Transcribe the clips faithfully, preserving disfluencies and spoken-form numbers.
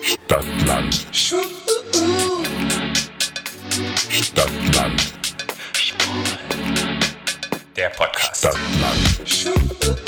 Stadtland. Stadtland. Der Podcast. Stadtland. Stadtland.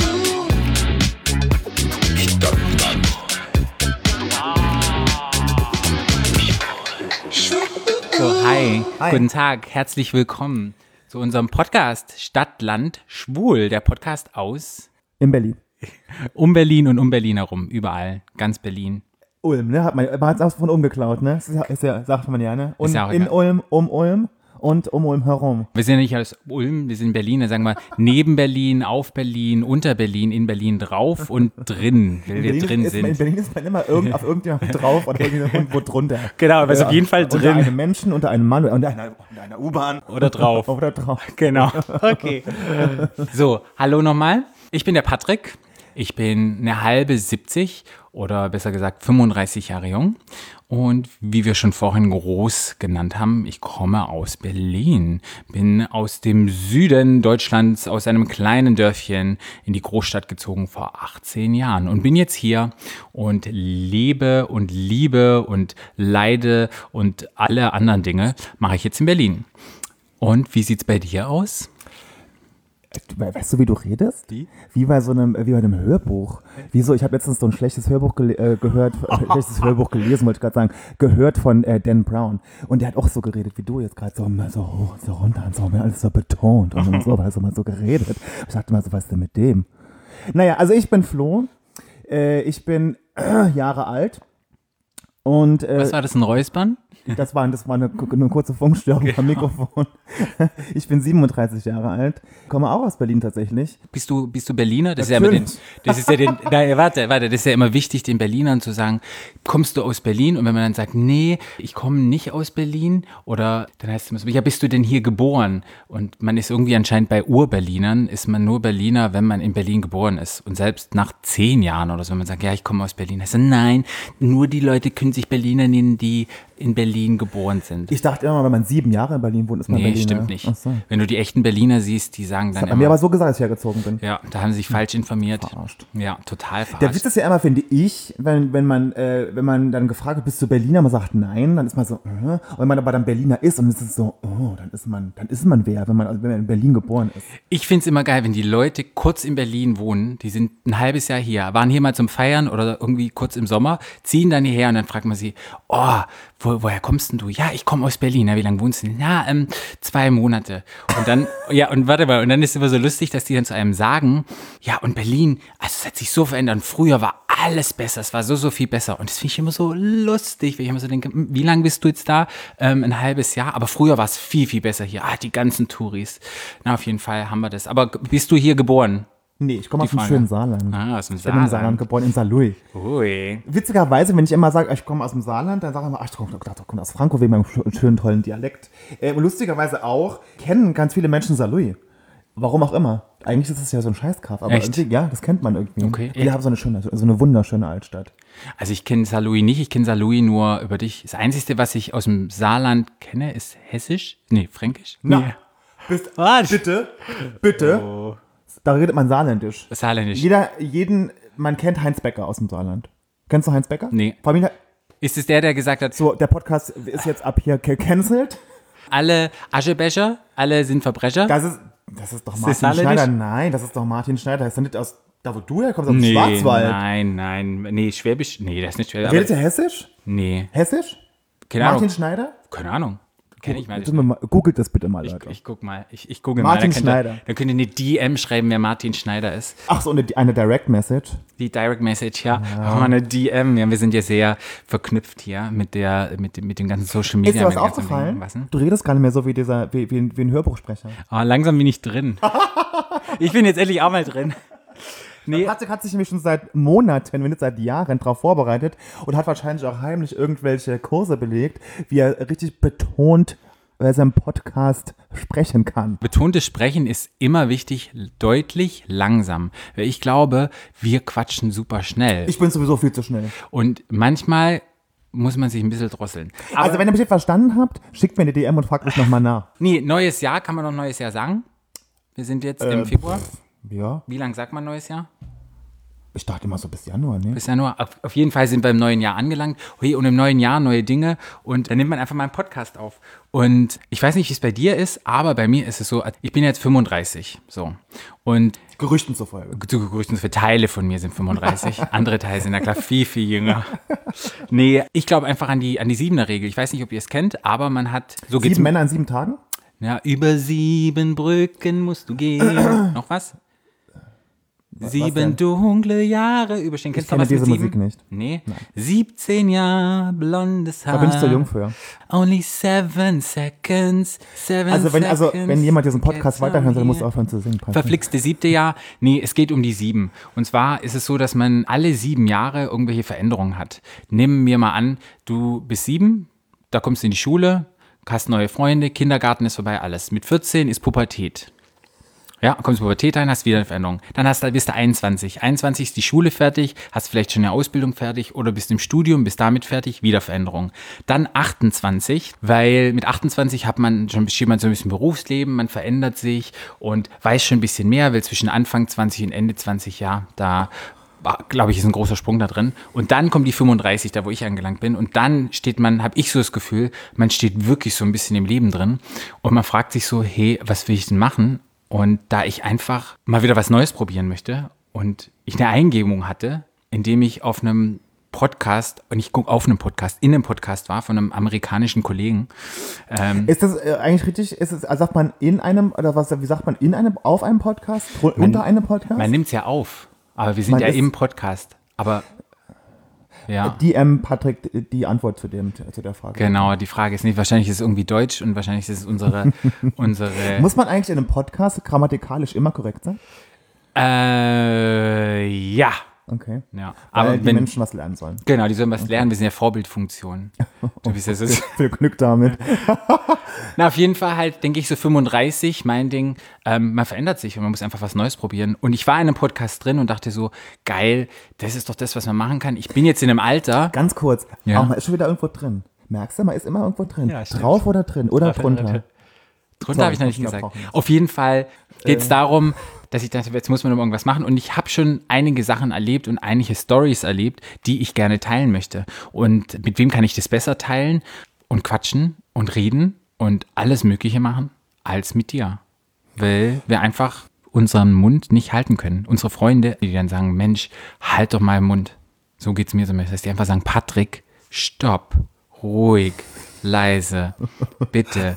So, hi. Hi. Guten Tag, herzlich willkommen zu unserem Podcast Stadtland Schwul, der Podcast aus In Berlin. um Berlin und um Berlin herum, überall, ganz Berlin. Ulm, ne? Hat man, man hat es auch von Ulm geklaut, ne? Das ist ja, ist ja, sagt man ja, ne? Und Ist ja auch in egal. Ulm, um Ulm und um Ulm herum. Wir sind ja nicht aus Ulm, wir sind in Berlin, da sagen wir neben Berlin, auf Berlin, unter Berlin, in Berlin drauf und drin, weil In wir Berlin, drin ist, man- in sind. Berlin ist man immer irgend, auf irgendjemand drauf oder irgendwo drunter. Genau, aber ist auf jeden Fall Unter drin. einem Menschen, unter einem Mann, unter einer, unter einer U-Bahn. Oder drauf. Oder drauf. Genau, okay. So, hallo nochmal. Ich bin der Patrick. Ich bin eine halbe siebzig oder besser gesagt fünfunddreißig Jahre jung. Und wie wir schon vorhin groß genannt haben, ich komme aus Berlin. Bin aus dem Süden Deutschlands, aus einem kleinen Dörfchen in die Großstadt gezogen vor achtzehn Jahren. Und bin jetzt hier und lebe und liebe und leide und alle anderen Dinge mache ich jetzt in Berlin. Und wie sieht's bei dir aus? Weißt du, wie du redest? Wie? Wie bei so einem, wie bei einem Hörbuch. Wieso? Ich habe letztens so ein schlechtes Hörbuch gele- äh, gehört, äh, schlechtes Hörbuch gelesen, wollte ich gerade sagen, gehört von äh, Dan Brown. Und der hat auch so geredet wie du jetzt gerade, so, immer so hoch und so runter und so, mir alles so betont und so, weil so mal so geredet. Ich dachte mal so, was ist denn mit dem? Naja, also ich bin Flo, äh, ich bin äh, Jahre alt und äh, Was war das, ein Räuspern? das war, das war eine, eine kurze Funkstörung am Mikrofon. Ich bin siebenunddreißig Jahre alt, komme auch aus Berlin tatsächlich. Bist du, bist du Berliner? Das ist ja immer den, Natürlich. das ist ja den, nein, warte, warte, das ist ja immer wichtig, den Berlinern zu sagen, kommst du aus Berlin? Und wenn man dann sagt, nee, ich komme nicht aus Berlin, oder dann heißt es immer so, ja, bist du denn hier geboren? Und man ist irgendwie anscheinend bei Ur-Berlinern, ist man nur Berliner, wenn man in Berlin geboren ist. Und selbst nach zehn Jahren oder so, wenn man sagt, ja, ich komme aus Berlin, heißt es, nein, nur die Leute können sich Berliner nennen, die in Berlin geboren sind. Ich dachte immer, wenn man sieben Jahre in Berlin wohnt, ist man Nee, Berliner. stimmt nicht. Ach so. Wenn du die echten Berliner siehst, die sagen Das dann hat man mir immer, aber so gesagt, als ich hergezogen bin. ja, da haben sie sich falsch informiert. Verarscht. Ja, total verarscht. Der Witz ist ja immer, finde ich, wenn, wenn man, äh, wenn man dann gefragt wird, bist du Berliner, man sagt nein, dann ist man so, äh. Und wenn man aber dann Berliner ist, und es ist so, oh, dann ist man, dann ist man wer, wenn man, wenn man in Berlin geboren ist. Ich find's immer geil, wenn die Leute kurz in Berlin wohnen, die sind ein halbes Jahr hier, waren hier mal zum Feiern oder irgendwie kurz im Sommer, ziehen dann hierher und dann fragt man sie, oh, wo, woher kommst denn du? Ja, ich komme aus Berlin. Ja, wie lange wohnst du denn? Ja, ähm, zwei Monate. Und dann, ja, und warte mal, und dann ist es immer so lustig, dass die dann zu einem sagen, ja, und Berlin, also es hat sich so verändert. Und früher war alles besser, es war so, so viel besser. Und das finde ich immer so lustig, weil ich immer so denke, hm, wie lange bist du jetzt da? Ähm, ein halbes Jahr. Aber früher war es viel, viel besser hier. Ah, die ganzen Touris. Na, auf jeden Fall haben wir das. Aber bist du hier geboren? Nee, ich komme aus dem Frage. schönen Saarland. Ah, aus dem Ich bin im Saarland geboren, in Saarlouis. Ui. Witzigerweise, wenn ich immer sage, ich komme aus dem Saarland, dann sagen wir, ach, ich komme komm aus Frankfurt wegen meinem sch- schönen, tollen Dialekt. Äh, und lustigerweise auch kennen ganz viele Menschen Saarlouis. Warum auch immer. Eigentlich ist es ja so ein Scheißkaff, aber Echt? irgendwie, ja, das kennt man irgendwie. Okay. Wir haben so eine schöne, so eine wunderschöne Altstadt. Also ich kenne Saarlouis nicht, ich kenne Saarlouis nur über dich. Das Einzige, was ich aus dem Saarland kenne, ist Hessisch. Nee, Fränkisch. Na, Nee. bist, Was? bitte, bitte, Oh. da redet man Saarländisch. Saarländisch. Jeder, jeden, man kennt Heinz Becker aus dem Saarland. Kennst du Heinz Becker? Nee. Familie, Ist es der, der gesagt hat, so, der Podcast ist jetzt ab hier gecancelt. alle Aschebecher, alle sind Verbrecher? Das ist, das ist doch das Martin Saarländisch? Schneider. Nein, das ist doch Martin Schneider. Ist doch nicht aus, da wo du herkommst, aus dem nee, Schwarzwald. nein, nein. Nee, Schwäbisch, nee, das ist nicht Schwäbisch. Redet Aber, ihr Hessisch? nee, Hessisch? keine Martin Ahnung. Schneider? Keine Ahnung. Kenne ich mal nicht. Tut mir mal- Googelt das bitte mal, Ich, Leute. ich guck mal, ich, ich google Martin mal. Dann könnt ihr- Schneider. Dann könnt ihr eine D M schreiben, wer Martin Schneider ist. Ach so, eine, eine Direct Message. Die Direct Message, ja. Machen wir eine D M. Ja, wir sind ja sehr verknüpft hier mit der, mit dem, mit dem ganzen Social Media. Ist dir was mit den ganzen aufgefallen? Dingen. Was denn? Du redest gar nicht mehr so wie dieser, wie, wie, wie ein Hörbuchsprecher. Ah, langsam bin ich drin. Ich bin jetzt endlich auch mal drin. Nee, Patrick hat sich nämlich schon seit Monaten, wenn nicht seit Jahren, darauf vorbereitet und hat wahrscheinlich auch heimlich irgendwelche Kurse belegt, wie er richtig betont bei seinem Podcast sprechen kann. betontes Sprechen ist immer wichtig, deutlich langsam. Weil ich glaube, wir quatschen super schnell. Ich bin sowieso viel zu schnell. Und manchmal muss man sich ein bisschen drosseln. Aber Also wenn ihr mich nicht verstanden habt, schickt mir eine D M und fragt mich nochmal nach. nee, neues Jahr, kann man noch neues Jahr sagen? Wir sind jetzt Äh, im Februar. Ja. Wie lang sagt man neues Jahr? Ich dachte immer so bis Januar, ne? Bis Januar. Auf, auf jeden Fall sind wir im neuen Jahr angelangt. Hey, und im neuen Jahr neue Dinge. Und dann nimmt man einfach mal einen Podcast auf. Und ich weiß nicht, wie es bei dir ist, aber bei mir ist es so, ich bin jetzt fünfunddreißig. So. Und Gerüchten zufolge. zu Gerüchten, für Teile von mir sind fünfunddreißig. Andere Teile sind ja klar viel, viel jünger. Nee, ich glaube einfach an die, an die Siebener-Regel. Ich weiß nicht, ob ihr es kennt, aber man hat, so geht's. Sieben Männer in sieben Tagen? Ja, über sieben Brücken musst du gehen. Noch was? Sieben denn? dunkle Jahre überstehen. Kennst du kenne was mit diese sieben? Musik nicht. Nee. siebzehn Jahre blondes Haar. Da bin ich zu jung für. Only seven seconds. Seven Also wenn, also seconds. wenn jemand diesen Podcast Gets weiterhören soll, on musst du here. aufhören zu singen. Passt nicht. Verflixte siebte Jahr. Nee, es geht um die sieben. Und zwar ist es so, dass man alle sieben Jahre irgendwelche Veränderungen hat. Nehmen wir mal an, du bist sieben, da kommst du in die Schule, hast neue Freunde, Kindergarten ist vorbei, alles. Mit vierzehn ist Pubertät. Ja, kommst du Pubertät rein, hast wieder eine Veränderung. Dann hast du, bist du einundzwanzig. einundzwanzig ist die Schule fertig, hast vielleicht schon eine Ausbildung fertig oder bist im Studium, bist damit fertig, wieder Veränderung. Dann achtundzwanzig, weil mit achtundzwanzig hat man schon steht man so ein bisschen im Berufsleben, man verändert sich und weiß schon ein bisschen mehr, weil zwischen Anfang zwanzig und Ende zwanzig, ja, da glaube ich, ist ein großer Sprung da drin. Und dann kommt die fünfunddreißig, da wo ich angelangt bin. Und dann steht man, habe ich so das Gefühl, man steht wirklich so ein bisschen im Leben drin. Und man fragt sich so, hey, was will ich denn machen? Und da ich einfach mal wieder was Neues probieren möchte und ich eine Eingebung hatte, indem ich auf einem Podcast, und ich gucke auf einem Podcast, in einem Podcast war von einem amerikanischen Kollegen. Ähm, Ist das äh, eigentlich richtig? Ist es, also sagt man in einem, oder was, wie sagt man, in einem, auf einem Podcast? Dr- unter einem Podcast? man nimmt es ja auf, aber wir sind Man ja ist- im Podcast. Aber ja. D M Patrick die Antwort zu, dem, zu der Frage. Genau, die Frage ist nicht, wahrscheinlich ist es irgendwie Deutsch und wahrscheinlich ist es unsere, unsere Muss man eigentlich in einem Podcast grammatikalisch immer korrekt sein? äh, ja, Okay. ja, Weil aber die wenn, Menschen was lernen sollen. genau, die sollen was lernen, wir sind ja Vorbildfunktion. Du bist ja so, Viel Glück damit. na, auf jeden Fall halt, denke ich, so fünfunddreißig, mein Ding, ähm, man verändert sich und man muss einfach was Neues probieren. Und ich war in einem Podcast drin und dachte so, geil, das ist doch das, was man machen kann. Ich bin jetzt in einem Alter, Ganz kurz, Ja. auch man ist schon wieder irgendwo drin. Merkst du, man ist immer irgendwo drin. Ja, stimmt. Drauf oder drin oder drunter. drunter habe ich noch nicht ich gesagt. unterbrochen jetzt. Auf jeden Fall geht es darum, dass ich dachte, jetzt muss man irgendwas machen. Und ich habe schon einige Sachen erlebt und einige Stories erlebt, die ich gerne teilen möchte. Und mit wem kann ich das besser teilen und quatschen und reden und alles Mögliche machen, als mit dir. Weil wir einfach unseren Mund nicht halten können. Unsere Freunde, die dann sagen, Mensch, halt doch mal den Mund. So geht es mir so. Das heißt, die einfach sagen, Patrick, stopp, ruhig, leise, bitte.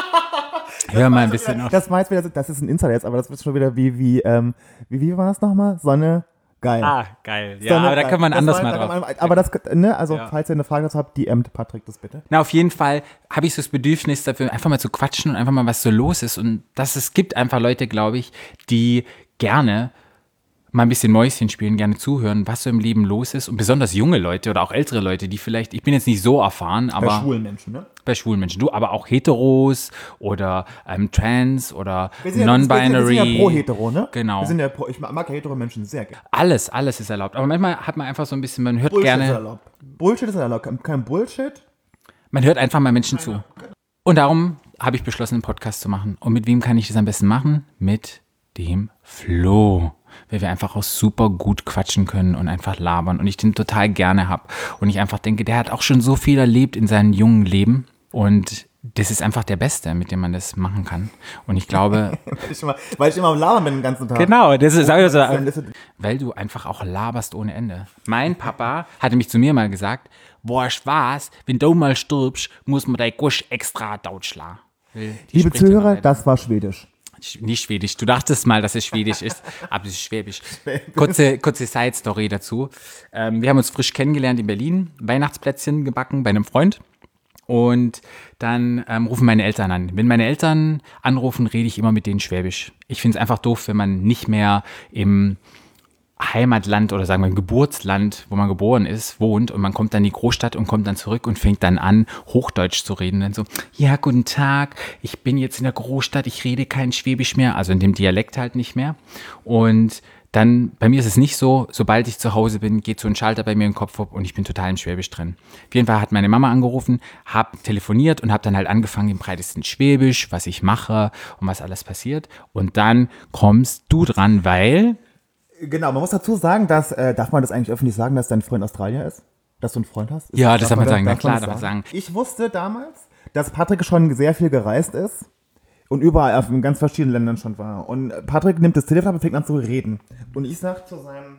Hör mal ein bisschen auf. Das war jetzt wieder, das ist ein Insider jetzt, aber das wird schon wieder wie, wie, ähm, wie, wie war das nochmal? Sonne, geil. Ah, geil. Ja, Sonne, aber da geil. kann man Das anders war- mal da drauf. kann man- Aber das, ne, also Ja. falls ihr eine Frage dazu habt, D M't Patrick das bitte. Na, auf jeden Fall habe ich so das Bedürfnis dafür, einfach mal zu quatschen und einfach mal, was so los ist. Und dass es gibt einfach Leute, glaube ich, die gerne mal ein bisschen Mäuschen spielen, gerne zuhören, was so im Leben los ist. Und besonders junge Leute oder auch ältere Leute, die vielleicht, ich bin jetzt nicht so erfahren, aber Bei schwulen Menschen, ne? bei schwulen Menschen, du, aber auch Heteros oder ähm, Trans oder Wir sind ja, wir sind Non-Binary. ja pro hetero, ne? Genau. Wir sind ja pro, ich mag ja hetero Menschen sehr gerne. Alles, alles ist erlaubt. Aber manchmal hat man einfach so ein bisschen, man hört Bullshit ist gerne, erlaubt. Bullshit ist erlaubt. Kein Bullshit. man hört einfach mal Menschen zu. Und darum habe ich beschlossen, einen Podcast zu machen. Und mit wem kann ich das am besten machen? Mit dem Flo. Weil wir einfach auch super gut quatschen können und einfach labern. Und ich den total gerne habe. Und ich einfach denke, der hat auch schon so viel erlebt in seinem jungen Leben. Und das ist einfach der Beste, mit dem man das machen kann. Und ich glaube, Weil ich immer, weil ich immer am Labern bin den ganzen Tag. genau, das ist, sag ich so, Dann ist es- weil du einfach auch laberst ohne Ende. Mein Papa hatte mich zu mir mal gesagt, boah, Spaß, wenn du mal stirbst, muss man dein Gusch extra Deutsch schlagen. Weil die Liebe spricht ja Zuhörer, noch das war Schwedisch. nicht- Nicht Schwedisch. Du dachtest mal, dass es Schwedisch ist, aber es ist Schwäbisch. Kurze, kurze Side-Story dazu. Ähm, wir haben uns frisch kennengelernt in Berlin, Weihnachtsplätzchen gebacken bei einem Freund. Und dann ähm, rufen meine Eltern an. Wenn meine Eltern anrufen, rede ich immer mit denen Schwäbisch. Ich finde es einfach doof, wenn man nicht mehr im Heimatland oder sagen wir im Geburtsland, wo man geboren ist, wohnt und man kommt dann in die Großstadt und kommt dann zurück und fängt dann an, Hochdeutsch zu reden. Dann so, ja, guten Tag, ich bin jetzt in der Großstadt, ich rede kein Schwäbisch mehr, also in dem Dialekt halt nicht mehr. Und dann, bei mir ist es nicht so, sobald ich zu Hause bin, geht so ein Schalter bei mir im Kopf ab und ich bin total im Schwäbisch drin. Auf jeden Fall hat meine Mama angerufen, hab telefoniert und hab dann halt angefangen im breitesten Schwäbisch, was ich mache und was alles passiert. Und dann kommst du dran, weil... Genau, man muss dazu sagen, dass, äh, darf man das eigentlich öffentlich sagen, dass dein Freund Australier ist? Dass du einen Freund hast? Ist Ja, das darf man sagen, na darf klar, das darf man sagen. Ich wusste damals, dass Patrick schon sehr viel gereist ist und überall auf in ganz verschiedenen Ländern schon war. Und Patrick nimmt das Telefon ab und fängt an zu reden. Und ich sag zu seinem,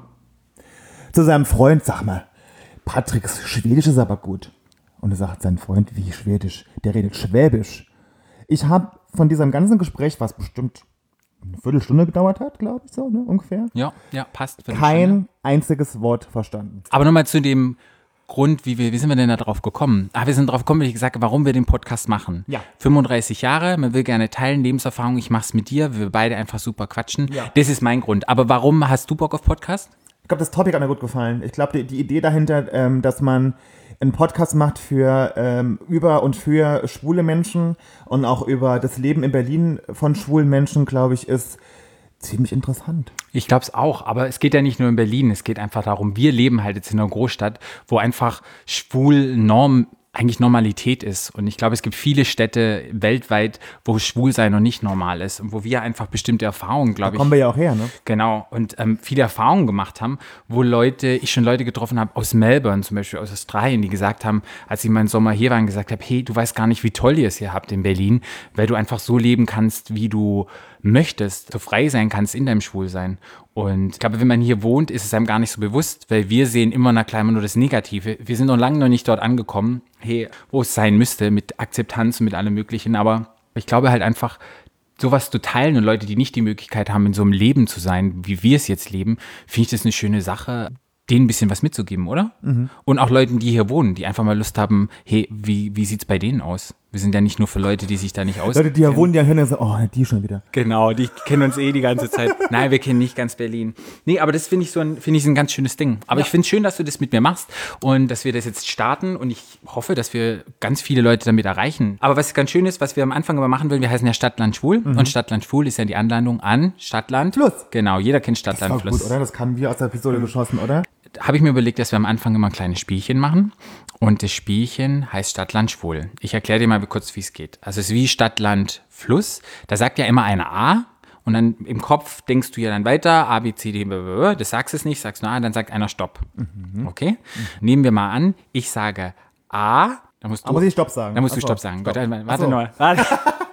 zu seinem Freund, sag mal, Patricks Schwedisch ist aber gut. Und er sagt sein Freund, wie Schwedisch? Der redet Schwäbisch. Ich habe von diesem ganzen Gespräch, was bestimmt eine Viertelstunde gedauert hat, glaube ich, so, ne, ungefähr. Ja, ja, passt. Kein einziges Wort verstanden. Aber nochmal zu dem Grund, wie, wir, wie sind wir denn da drauf gekommen? Ah, wir sind drauf gekommen, wie ich gesagt habe, warum wir den Podcast machen. Ja. fünfunddreißig Jahre, man will gerne teilen, Lebenserfahrung, ich mach's mit dir, wir beide einfach super quatschen. Ja. Das ist mein Grund. Aber warum hast du Bock auf Podcast? Ich glaube, das Topic hat mir gut gefallen. Ich glaube, die, die Idee dahinter, ähm, dass man einen Podcast macht für ähm, über und für schwule Menschen und auch über das Leben in Berlin von schwulen Menschen, glaube ich, ist ziemlich interessant. Ich glaube es auch, aber es geht ja nicht nur in Berlin, es geht einfach darum, wir leben halt jetzt in einer Großstadt, wo einfach schwul Norm eigentlich Normalität ist. Und ich glaube, es gibt viele Städte weltweit, wo Schwulsein noch nicht normal ist und wo wir einfach bestimmte Erfahrungen, glaube Da ich. kommen wir ja auch her, ne? Genau, und ähm, viele Erfahrungen gemacht haben, wo Leute, ich schon Leute getroffen habe aus Melbourne, zum Beispiel aus Australien, die gesagt haben, als ich meinen Sommer hier war, und gesagt habe, hey, du weißt gar nicht, wie toll ihr es hier habt in Berlin, weil du einfach so leben kannst, wie du möchtest, so frei sein kannst in deinem Schwulsein. Und ich glaube, wenn man hier wohnt, ist es einem gar nicht so bewusst, weil wir sehen immer, na klar, immer nur das Negative. Wir sind noch lange noch nicht dort angekommen, hey, wo es sein müsste, mit Akzeptanz und mit allem Möglichen. Aber ich glaube halt einfach, sowas zu teilen und Leute, die nicht die Möglichkeit haben, in so einem Leben zu sein, wie wir es jetzt leben, finde ich das eine schöne Sache, denen ein bisschen was mitzugeben, oder? Mhm. Und auch Leuten, die hier wohnen, die einfach mal Lust haben, hey, wie, wie sieht es bei denen aus? Wir sind ja nicht nur für Leute, die sich da nicht auskennen. Leute, die hier wohnen, die hören ja so, oh, die schon wieder. Genau, die kennen uns eh die ganze Zeit. Nein, wir kennen nicht ganz Berlin. Nee, aber das finde ich so ein, finde ich ein ganz schönes Ding. Aber ja. Ich finde es schön, dass du das mit mir machst und dass wir das jetzt starten und ich hoffe, dass wir ganz viele Leute damit erreichen. Aber was ganz schön ist, was wir am Anfang immer machen wollen, wir heißen ja Stadtland Schwul mhm. und Stadtland Schwul ist ja die Anleitung an Stadtland Fluss. Genau, jeder kennt Stadtland das war Fluss. Gut, oder? Das kamen wir aus der Episode geschossen, oder? Habe ich mir überlegt, dass wir am Anfang immer ein kleines Spielchen machen. Und das Spielchen heißt Stadtland Schwul. Ich erkläre dir mal kurz, wie es geht. Also es ist wie Stadtland Fluss. Da sagt ja immer einer A. Und dann im Kopf denkst du ja dann weiter, A, B, C, D, B, B, das sagst es nicht, sagst nur A, dann sagt einer Stopp. Mhm. Okay? Mhm. Nehmen wir mal an, ich sage A. Dann musst du, muss ich Stopp sagen. Dann musst du Achso, Stopp sagen. Stopp. Gott, warte Achso. nur. Warte.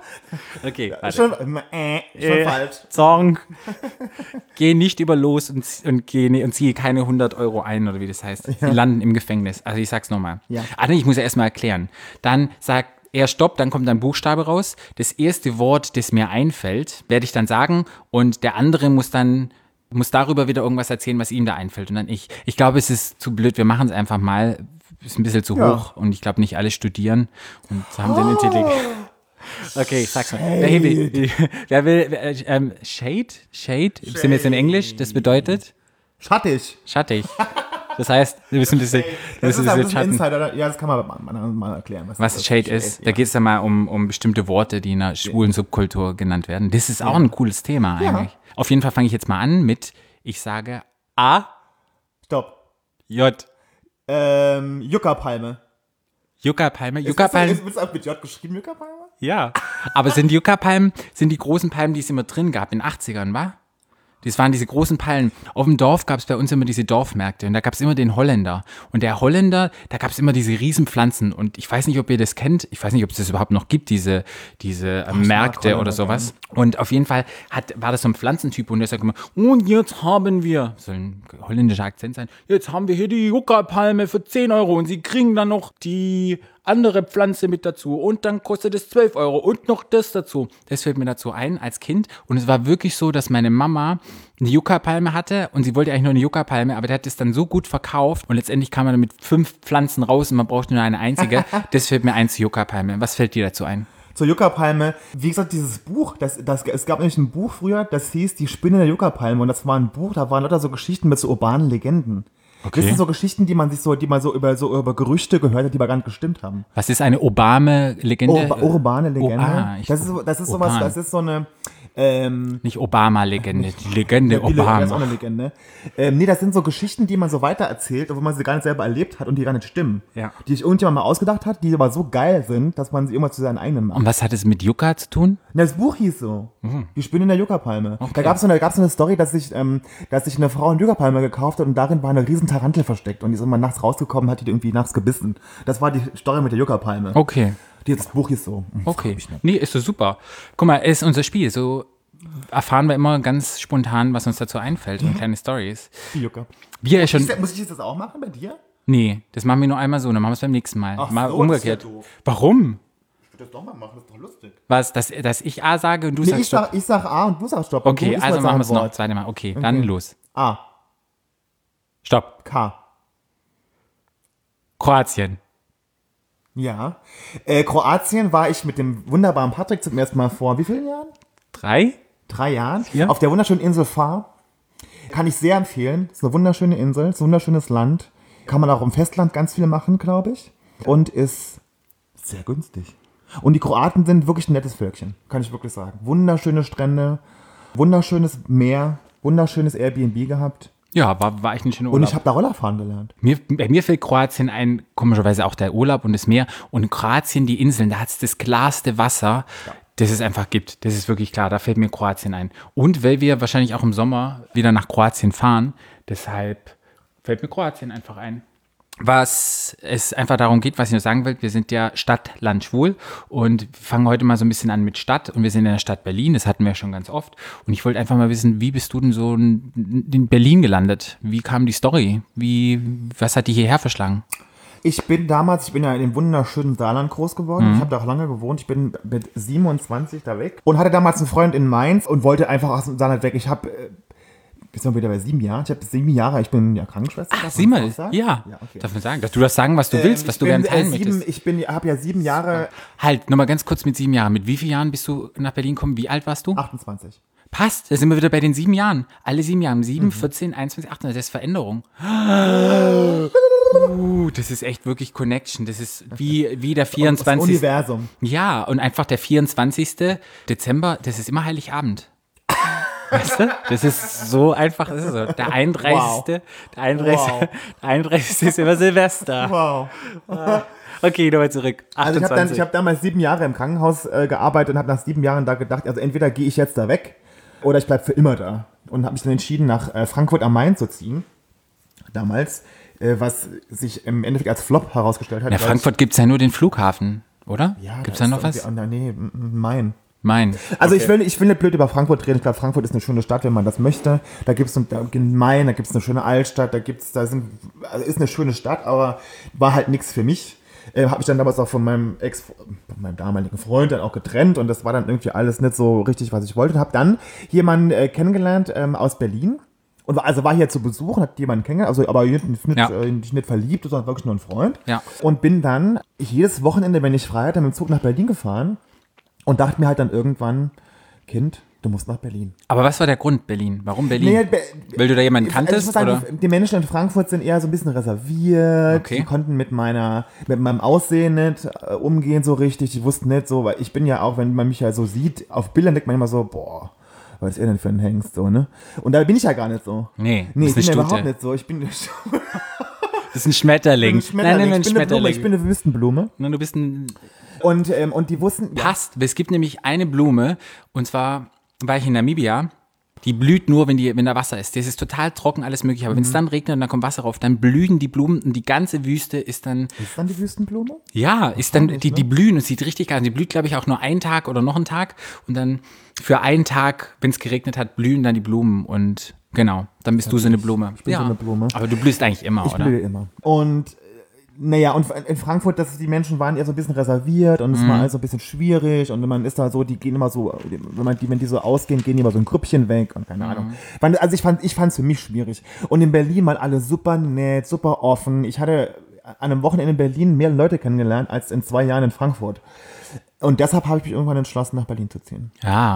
Okay, warte. Schon, äh, schon äh, falsch. Song. Geh nicht über los und, und, geh, ne, und ziehe keine hundert Euro ein, oder wie das heißt. Ja. Sie landen im Gefängnis. Also ich sag's nochmal. Ja. Ah, ich muss ja erstmal erklären. Dann sagt er Stopp, dann kommt ein Buchstabe raus. Das erste Wort, das mir einfällt, werde ich dann sagen. Und der andere muss dann muss darüber wieder irgendwas erzählen, was ihm da einfällt. Und dann ich. Ich glaube, es ist zu blöd. Wir machen es einfach mal. Ist ein bisschen zu ja. hoch. Und ich glaube, nicht alle studieren. Und haben den Intelligenz. Okay, sag's mal. Wer will, wer will äh, ähm, Shade? Shade? Shade? Sind wir jetzt im Englisch? Das bedeutet? Schattig. Schattig. Das heißt, wir müssen ein bisschen, das ist ein bisschen Schatten. Insider. Ja, das kann man mal, mal, mal erklären. Was, was Shade ist. Shade, da ja. geht es dann mal um, um bestimmte Worte, die in einer schwulen Subkultur genannt werden. Das ist auch ja. ein cooles Thema eigentlich. Ja. Auf jeden Fall fange ich jetzt mal an mit, ich sage A. Stopp. J. Ähm, Yucca-Palme. Yucca-Palme? Yucca-Palme. Ist das mit J geschrieben, Yucca-Palme? Ja. Aber sind Yucca-Palmen, sind die großen Palmen, die es immer drin gab, in den achtzigern, wa? Das waren diese großen Palmen. Auf dem Dorf gab es bei uns immer diese Dorfmärkte und da gab es immer den Holländer. Und der Holländer, da gab es immer diese Riesenpflanzen und ich weiß nicht, ob ihr das kennt. Ich weiß nicht, ob es das überhaupt noch gibt, diese, diese äh, Märkte oder sowas. Und auf jeden Fall hat, war das so ein Pflanzentyp und der sagt immer, und jetzt haben wir, soll ein holländischer Akzent sein, jetzt haben wir hier die Yucca-Palme für zehn Euro und sie kriegen dann noch die andere Pflanze mit dazu und dann kostet es zwölf Euro und noch das dazu. Das fällt mir dazu ein als Kind und es war wirklich so, dass meine Mama eine Yucca-Palme hatte und sie wollte eigentlich nur eine Yucca-Palme, aber der hat es dann so gut verkauft und letztendlich kam man mit fünf Pflanzen raus und man braucht nur eine einzige. Das fällt mir ein zu Yucca-Palme. Was fällt dir dazu ein? Zur Yucca-Palme, wie gesagt, dieses Buch, das, das, es gab nämlich ein Buch früher, das hieß Die Spinne der Yucca-Palme und das war ein Buch, da waren lauter so Geschichten mit so urbanen Legenden. Okay. Das sind so Geschichten, die man sich so, die man so über so über Gerüchte gehört hat, die aber gar nicht gestimmt haben. Was ist eine urbane Legende? Urba, urbane Legende. Oh, ah, das ist, das ist sowas, das ist so eine, Ähm, Nicht Obama-Legende, die Legende Der Wille, der ist auch Obama. eine Legende. Ähm, nee, das sind so Geschichten, die man so weitererzählt, obwohl man sie gar nicht selber erlebt hat und die gar nicht stimmen. Ja. Die sich irgendjemand mal ausgedacht hat, die aber so geil sind, dass man sie irgendwann zu seinen eigenen macht. Und was hat es mit Yucca zu tun? Na, das Buch hieß so. Die Spinne in der Yucca-Palme. Okay. Da gab es so, eine- gab's so eine Story, dass sich, ähm, dass sich eine Frau eine Yucca-Palme gekauft hat und darin war eine riesen Tarantel versteckt. Und die ist immer nachts rausgekommen, hat die irgendwie nachts gebissen. Das war die Story mit der Yucca-Palme. Okay, Die- Das Buch hieß so. Hm, okay. frag mich nicht. Nee, ist so super. Guck mal, es ist unser Spiel. So erfahren wir immer ganz spontan, was uns dazu einfällt und kleine Stories. Die Yucca. Wir ja schon. Muss ich- Muss ich das jetzt auch machen bei dir? Nee, das machen wir nur einmal so, dann machen wir es beim nächsten Mal. Ach mal so, umgekehrt. das ist ja doof. Warum? Ich würde das doch mal machen, das ist doch lustig. Was, dass, dass ich A sage und du Nee, sagst ich Stopp? sag, ich sag A und du sagst Stopp. Und du Okay, isst also was machen am wir es noch Wort. zweite Mal. Okay, dann Okay. los. A. Stopp. K. Kroatien. Ja. Äh, Kroatien war ich mit dem wunderbaren Patrick zum ersten Mal vor wie vielen Jahren? Drei? Drei Jahren. Ja. Auf der wunderschönen Insel Far. Kann ich sehr empfehlen. Ist eine wunderschöne Insel, ist ein wunderschönes Land. Kann man auch im Festland ganz viel machen, glaube ich. Und ist sehr günstig. Und die Kroaten sind wirklich ein nettes Völkchen, kann ich wirklich sagen. Wunderschöne Strände, wunderschönes Meer, wunderschönes Airbnb gehabt. Ja, war, war echt ein schöner Und Urlaub. ich habe da Rollerfahren gelernt. Mir, bei mir fällt Kroatien ein, komischerweise auch der Urlaub und das Meer. Und in Kroatien, die Inseln, da hat es das klarste Wasser, das es einfach gibt. Das ist wirklich klar, da fällt mir Kroatien ein. Und weil wir wahrscheinlich auch im Sommer wieder nach Kroatien fahren, deshalb fällt mir Kroatien einfach ein. Was es einfach darum geht, was ich nur sagen will, wir sind ja Stadt, Land, Schwul und wir fangen heute mal so ein bisschen an mit Stadt und wir sind in der Stadt Berlin, das hatten wir schon ganz oft und ich wollte einfach mal wissen, wie bist du denn so in in Berlin gelandet? Wie kam die Story? Wie, was hat dich hierher verschlagen? Ich bin damals, ich bin ja in dem wunderschönen Saarland groß geworden. Ich habe da auch lange gewohnt. Ich bin mit siebenundzwanzig da weg und hatte damals einen Freund in Mainz und wollte einfach aus dem Saarland weg. Ich habe, äh, jetzt sind wir wieder bei sieben Jahren. Ich habe sieben Jahre, ich bin ja Krankenschwester. darf man Sieh mal, das auch sagen? ja, Ja, okay. darf man sagen, dass du das sagen, was du willst, was Ich du bin, gerne teilen äh, sieben, möchtest. Ich bin, habe ja sieben Jahre, Halt, nochmal ganz kurz mit sieben Jahren. Mit wie vielen Jahren bist du nach Berlin gekommen? Wie alt warst du? achtundzwanzig. Passt, da sind wir wieder bei den sieben Jahren. Alle sieben Jahre. Mhm. Sieben, vierzehn, einundzwanzig, achtundzwanzig. Das ist Veränderung. Uh, das ist echt wirklich Connection. Das ist wie, wie der Das vierundzwanzigste Universum. Ja, und einfach der vierundzwanzigste Dezember, das ist immer Heiligabend. Weißt du? Das ist so einfach. Das ist so. Der einunddreißigste Der einunddreißigste Wow. Der einunddreißigste ist immer Silvester. Wow. Okay, nochmal zurück. Also ich habe achtundzwanzig. hab damals sieben Jahre im Krankenhaus äh, gearbeitet und habe nach sieben Jahren da gedacht, also entweder gehe ich jetzt da weg oder ich bleibe für immer da. Und habe mich dann entschieden, nach äh, Frankfurt am Main zu ziehen. Damals, äh, was sich im Endeffekt als Flop herausgestellt hat. In weil Frankfurt gibt es ja nur den Flughafen, oder? ich, ja, Gibt es da da ist noch was? irgendwie- oh, nee, m- m- Main. Mein. Also ich, will, ich will nicht blöd über Frankfurt reden. Ich glaube, Frankfurt ist eine schöne Stadt, wenn man das möchte. Da gibt es Main, da gibt es eine schöne Altstadt, da gibt's, da sind, also ist eine schöne Stadt, aber war halt nichts für mich. Äh, habe mich dann damals auch von meinem Ex, von meinem damaligen Freund dann auch getrennt und das war dann irgendwie alles nicht so richtig, was ich wollte. Und habe dann jemanden äh, kennengelernt ähm, aus Berlin. Und war, also war hier zu Besuch und hat jemanden kennengelernt, also aber nicht, nicht, Ja. äh, nicht, nicht verliebt, sondern wirklich nur ein Freund. Ja. Und bin dann jedes Wochenende, wenn ich frei hatte, mit dem Zug nach Berlin gefahren und dachte mir halt dann irgendwann, Kind, du musst nach Berlin. Aber was war der Grund, Berlin? Warum Berlin? Nee, Be- Weil du da jemanden Also ich kanntest? muss sagen, oder? Die Menschen in Frankfurt sind eher so ein bisschen reserviert. Okay. Die konnten mit meiner, mit meinem Aussehen nicht äh, umgehen so richtig. Die wussten nicht so, weil ich bin ja auch, wenn man mich ja so sieht, auf Bildern denkt man immer so, boah, was ist er denn für ein Hengst, so, ne? Und da bin ich ja gar nicht so. Nee, Nee, das ich ist bin eine ja überhaupt Stute. nicht so. Ich bin, ich Das ist ein Schmetterling. bin ein Schmetterling. Nein, nein, ich, ein bin eine Blume. Schmetterling. ich bin eine Wüstenblume. Nein, du bist ein... Und, ähm, und die wussten, ja, Passt. Es gibt nämlich eine Blume, und zwar war ich in Namibia, die blüht nur, wenn, die, wenn da Wasser ist. Das ist total trocken, alles mögliche. Aber wenn es Mhm. dann regnet und dann kommt Wasser rauf, dann blühen die Blumen und die ganze Wüste ist dann... ist dann die Wüstenblume? Ja, ist dann, nicht, die, ne? die blühen und sieht richtig geil aus. Die blüht, glaube ich, auch nur einen Tag oder noch einen Tag. Und dann für einen Tag, wenn es geregnet hat, blühen dann die Blumen. Und genau, dann bist du so eine Blume. Ich bin so eine Blume. Aber du blühst eigentlich immer, Ich oder? blühe immer. Und naja, und in Frankfurt, dass die Menschen waren eher so ein bisschen reserviert und es Mhm. war alles so ein bisschen schwierig und man ist da so, die gehen immer so, wenn, man die, wenn die so ausgehen, gehen die immer so ein Grüppchen weg und Mhm. keine Ahnung. Fand- Also ich fand ich fand es für mich schwierig. Und in Berlin waren alle super nett, super offen. Ich hatte an einem Wochenende in Berlin mehr Leute kennengelernt als in zwei Jahren in Frankfurt. Und deshalb habe ich mich irgendwann entschlossen, nach Berlin zu ziehen. Ja.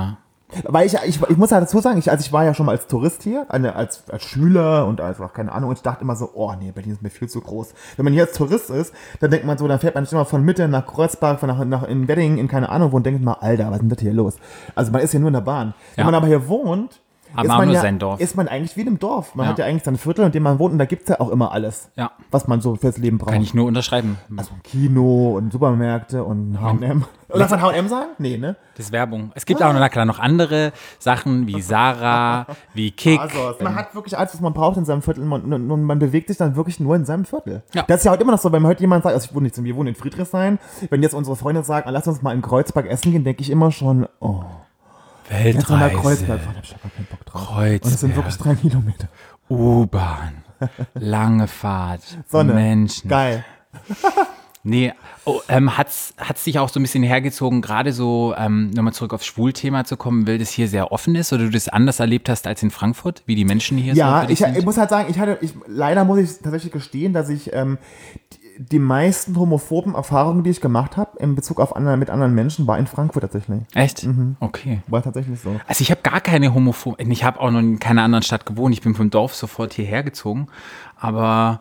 Weil ich, ich, ich muss ja dazu sagen, ich, also ich war ja schon mal als Tourist hier, eine, als, als Schüler und als auch keine Ahnung, und ich dachte immer so, oh nee, Berlin ist mir viel zu groß. Wenn man hier als Tourist ist, dann denkt man so, dann fährt man nicht immer von Mitte nach Kreuzberg, von nach, nach in Wedding, in keine Ahnung wo, und denkt mal, Alter, was ist denn das hier los? Also man ist ja nur in der Bahn. Wenn Ja. man aber hier wohnt, Aber ist man man, nur ja, sein Dorf. ist man eigentlich wie in einem Dorf. Man Ja. hat ja eigentlich sein Viertel, in dem man wohnt, und da gibt es ja auch immer alles, Ja. was man so fürs Leben braucht. Kann ich nur unterschreiben. Also ein Kino und Supermärkte und H und M. Oder von H und M sagen? Nee, ne? Das ist Werbung. Es gibt auch noch, na klar, noch andere Sachen wie Sarah, wie Kick. Also, man hat wirklich alles, was man braucht in seinem Viertel, und, und, und man bewegt sich dann wirklich nur in seinem Viertel. Ja. Das ist ja heute immer noch so, wenn heute jemand sagt, also ich wohne nicht, wir wohnen in Friedrichshain, wenn jetzt unsere Freunde sagen, lass uns mal in Kreuzberg essen gehen, denke ich immer schon, oh, jetzt mal nach Kreuzberg Weltreise, fahren, hab ich ja gar keinen Bock drauf. Kreuzberg. Und es sind wirklich drei Kilometer. U-Bahn, lange Fahrt, Sonne. Menschen. Geil. Nee, oh, ähm, hat's, hat's dich auch so ein bisschen hergezogen, gerade so, ähm, nochmal zurück aufs Schwulthema zu kommen, weil das hier sehr offen ist oder du das anders erlebt hast als in Frankfurt, wie die Menschen hier so Ja, für dich ich, sind? ich muss halt sagen, ich hatte, ich, leider muss ich tatsächlich gestehen, dass ich ähm, die, die meisten homophoben Erfahrungen, die ich gemacht habe, in Bezug auf andere, mit anderen Menschen, war in Frankfurt tatsächlich. Echt? Mhm. Okay. War tatsächlich so. Also ich habe gar keine homophoben, ich habe auch noch in keiner anderen Stadt gewohnt, ich bin vom Dorf sofort hierher gezogen, aber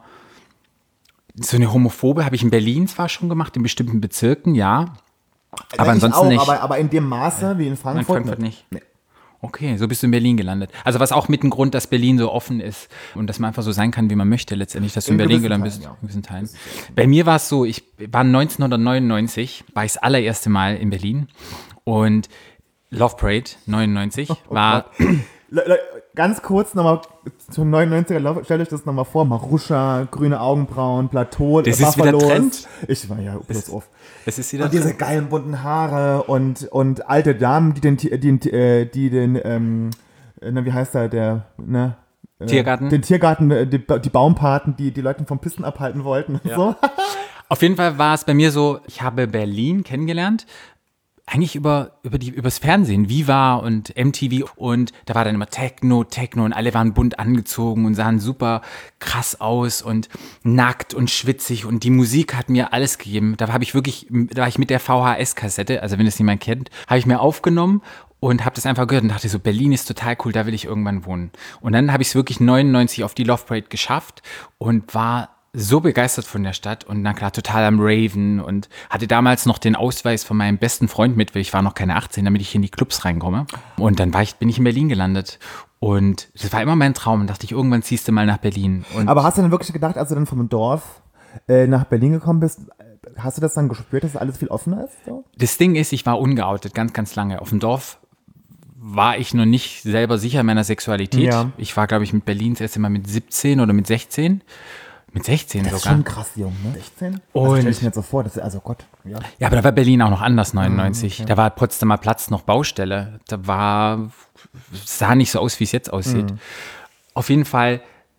so eine Homophobe habe ich in Berlin zwar schon gemacht, in bestimmten Bezirken, ja, aber ich ansonsten auch, nicht. Aber, aber in dem Maße wie in Frankfurt. In Frankfurt nicht. Nee. Okay, so bist du in Berlin gelandet. Also was auch mit dem Grund, dass Berlin so offen ist und dass man einfach so sein kann, wie man möchte letztendlich, dass du in, In Berlin gewissen gelandet Teilen, bist. ja. In gewissen Teilen. Bei mir war es so, ich war neunzehnhundertneunundneunzig, war ich das allererste Mal in Berlin und Love Parade neunundneunzig war... Le, le, ganz kurz nochmal zum neunundneunziger, Lauf- stellt euch das nochmal vor, Maruscha, grüne Augenbrauen, Plateau, Das ist wieder Buffalos. Trend. Ich war ja bloß auf. Es ist wieder Und diese geilen bunten Haare und, und alte Damen, die den, die, die, äh, die den, ähm, na, wie heißt der, der, ne? Äh, Tiergarten? Den Tiergarten, äh, die, die Baumpaten, die die Leute vom Pisten abhalten wollten und so. Auf jeden Fall war es bei mir so, ich habe Berlin kennengelernt, eigentlich über, über die, übers Fernsehen, Viva und M T V, und da war dann immer Techno, Techno und alle waren bunt angezogen und sahen super krass aus und nackt und schwitzig und die Musik hat mir alles gegeben. Da habe ich wirklich, da war ich mit der V H S-Kassette, also wenn es niemand kennt, habe ich mir aufgenommen und habe das einfach gehört und dachte so, Berlin ist total cool, da will ich irgendwann wohnen. Und dann habe ich es wirklich neunundneunzig auf die Love Parade geschafft und war so begeistert von der Stadt und na klar, total am Raven und hatte damals noch den Ausweis von meinem besten Freund mit, weil ich war noch keine achtzehn, damit ich in die Clubs reinkomme. Und dann war ich, bin ich in Berlin gelandet und das war immer mein Traum und dachte ich, irgendwann ziehst du mal nach Berlin. Und Aber hast du denn wirklich gedacht, als du dann vom Dorf äh, nach Berlin gekommen bist, hast du das dann gespürt, dass alles viel offener ist? So? das Ding ist, ich war ungeoutet ganz, ganz lange. Auf dem Dorf war ich noch nicht selber sicher meiner Sexualität. Ja. Ich war, glaube ich, mit Berlin das erste Mal mit siebzehn oder mit sechzehn. Mit sechzehn Das ist sogar. schon krass, jung, ne? sechzehn? Und- Also stell ich mir jetzt so vor, das ist, also Gott, ja. Ja, aber da war Berlin auch noch anders, neunundneunzig. Da war Potsdamer Platz noch Baustelle. Da war, sah nicht so aus, wie es jetzt aussieht. Auf jeden Fall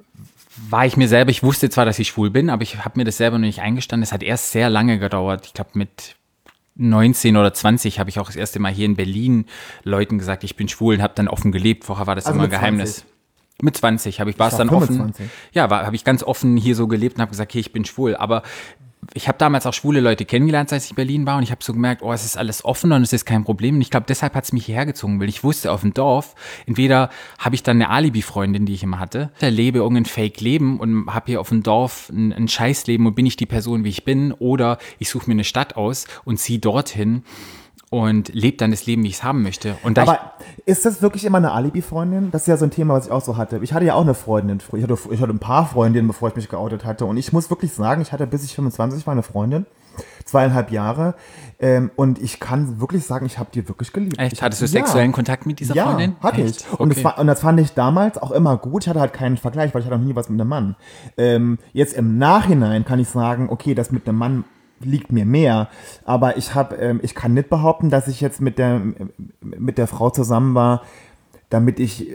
war ich mir selber, ich wusste zwar, dass ich schwul bin, aber ich habe mir das selber noch nicht eingestanden. Es hat erst sehr lange gedauert. Ich glaube, mit neunzehn oder zwanzig habe ich auch das erste Mal hier in Berlin Leuten gesagt, ich bin schwul und habe dann offen gelebt. Vorher war das Also immer ein mit Geheimnis. zwanzig? Mit zwanzig habe ich, war es war dann offen. fünfundzwanzig. Ja, habe ich ganz offen hier so gelebt und habe gesagt, okay, ich bin schwul. Aber ich habe damals auch schwule Leute kennengelernt, als ich in Berlin war und ich habe so gemerkt, oh, es ist alles offen und es ist kein Problem. Und ich glaube, deshalb hat es mich hierher gezogen, weil ich wusste, auf dem Dorf, entweder habe ich dann eine Alibi-Freundin, die ich immer hatte, da lebe irgendein Fake-Leben und habe hier auf dem Dorf ein, ein Scheißleben und bin ich die Person, wie ich bin, oder ich suche mir eine Stadt aus und ziehe dorthin und lebe dann das Leben, wie ich es haben möchte. Und da ich, Aber ist das wirklich immer eine Alibi-Freundin? Das ist ja so ein Thema, was ich auch so hatte. Ich hatte ja auch eine Freundin. Ich hatte, ich hatte ein paar Freundinnen, bevor ich mich geoutet hatte. Und ich muss wirklich sagen, ich hatte, bis ich fünfundzwanzig war, eine Freundin. Zweieinhalb Jahre. Ähm, und ich kann wirklich sagen, ich habe die wirklich geliebt. echt, Ich, hattest du ja. sexuellen Kontakt mit dieser Ja, Freundin? hatte Echt? ich. Und, Okay. das war, und das fand ich damals auch immer gut. Ich hatte halt keinen Vergleich, weil ich hatte noch nie was mit einem Mann. Ähm, jetzt im Nachhinein kann ich sagen, okay, das mit einem Mann liegt mir mehr, aber ich habe, ähm, ich kann nicht behaupten, dass ich jetzt mit der mit der Frau zusammen war, damit ich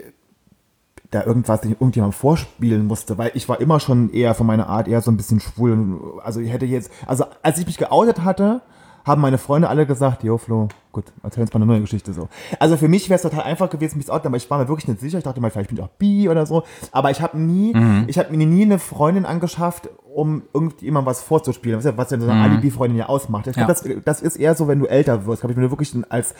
da irgendwas irgendjemandem vorspielen musste, weil ich war immer schon eher von meiner Art eher so ein bisschen schwul. Also ich hätte jetzt, also als ich mich geoutet hatte, haben meine Freunde alle gesagt, jo Flo, gut, erzähl uns mal eine neue Geschichte so. Also für mich wäre es total einfach gewesen, mich zu outen, aber ich war mir wirklich nicht sicher. Ich dachte mal, vielleicht bin ich auch bi oder so. Aber ich habe nie, mhm. ich habe mir nie eine Freundin angeschafft, um irgendjemandem was vorzuspielen, was ja, was ja so eine Mhm. Alibi-Freundin ja ausmacht. Ich glaube, Ja. das, das ist eher so, wenn du älter wirst. Ich glaube, wenn du wirklich als,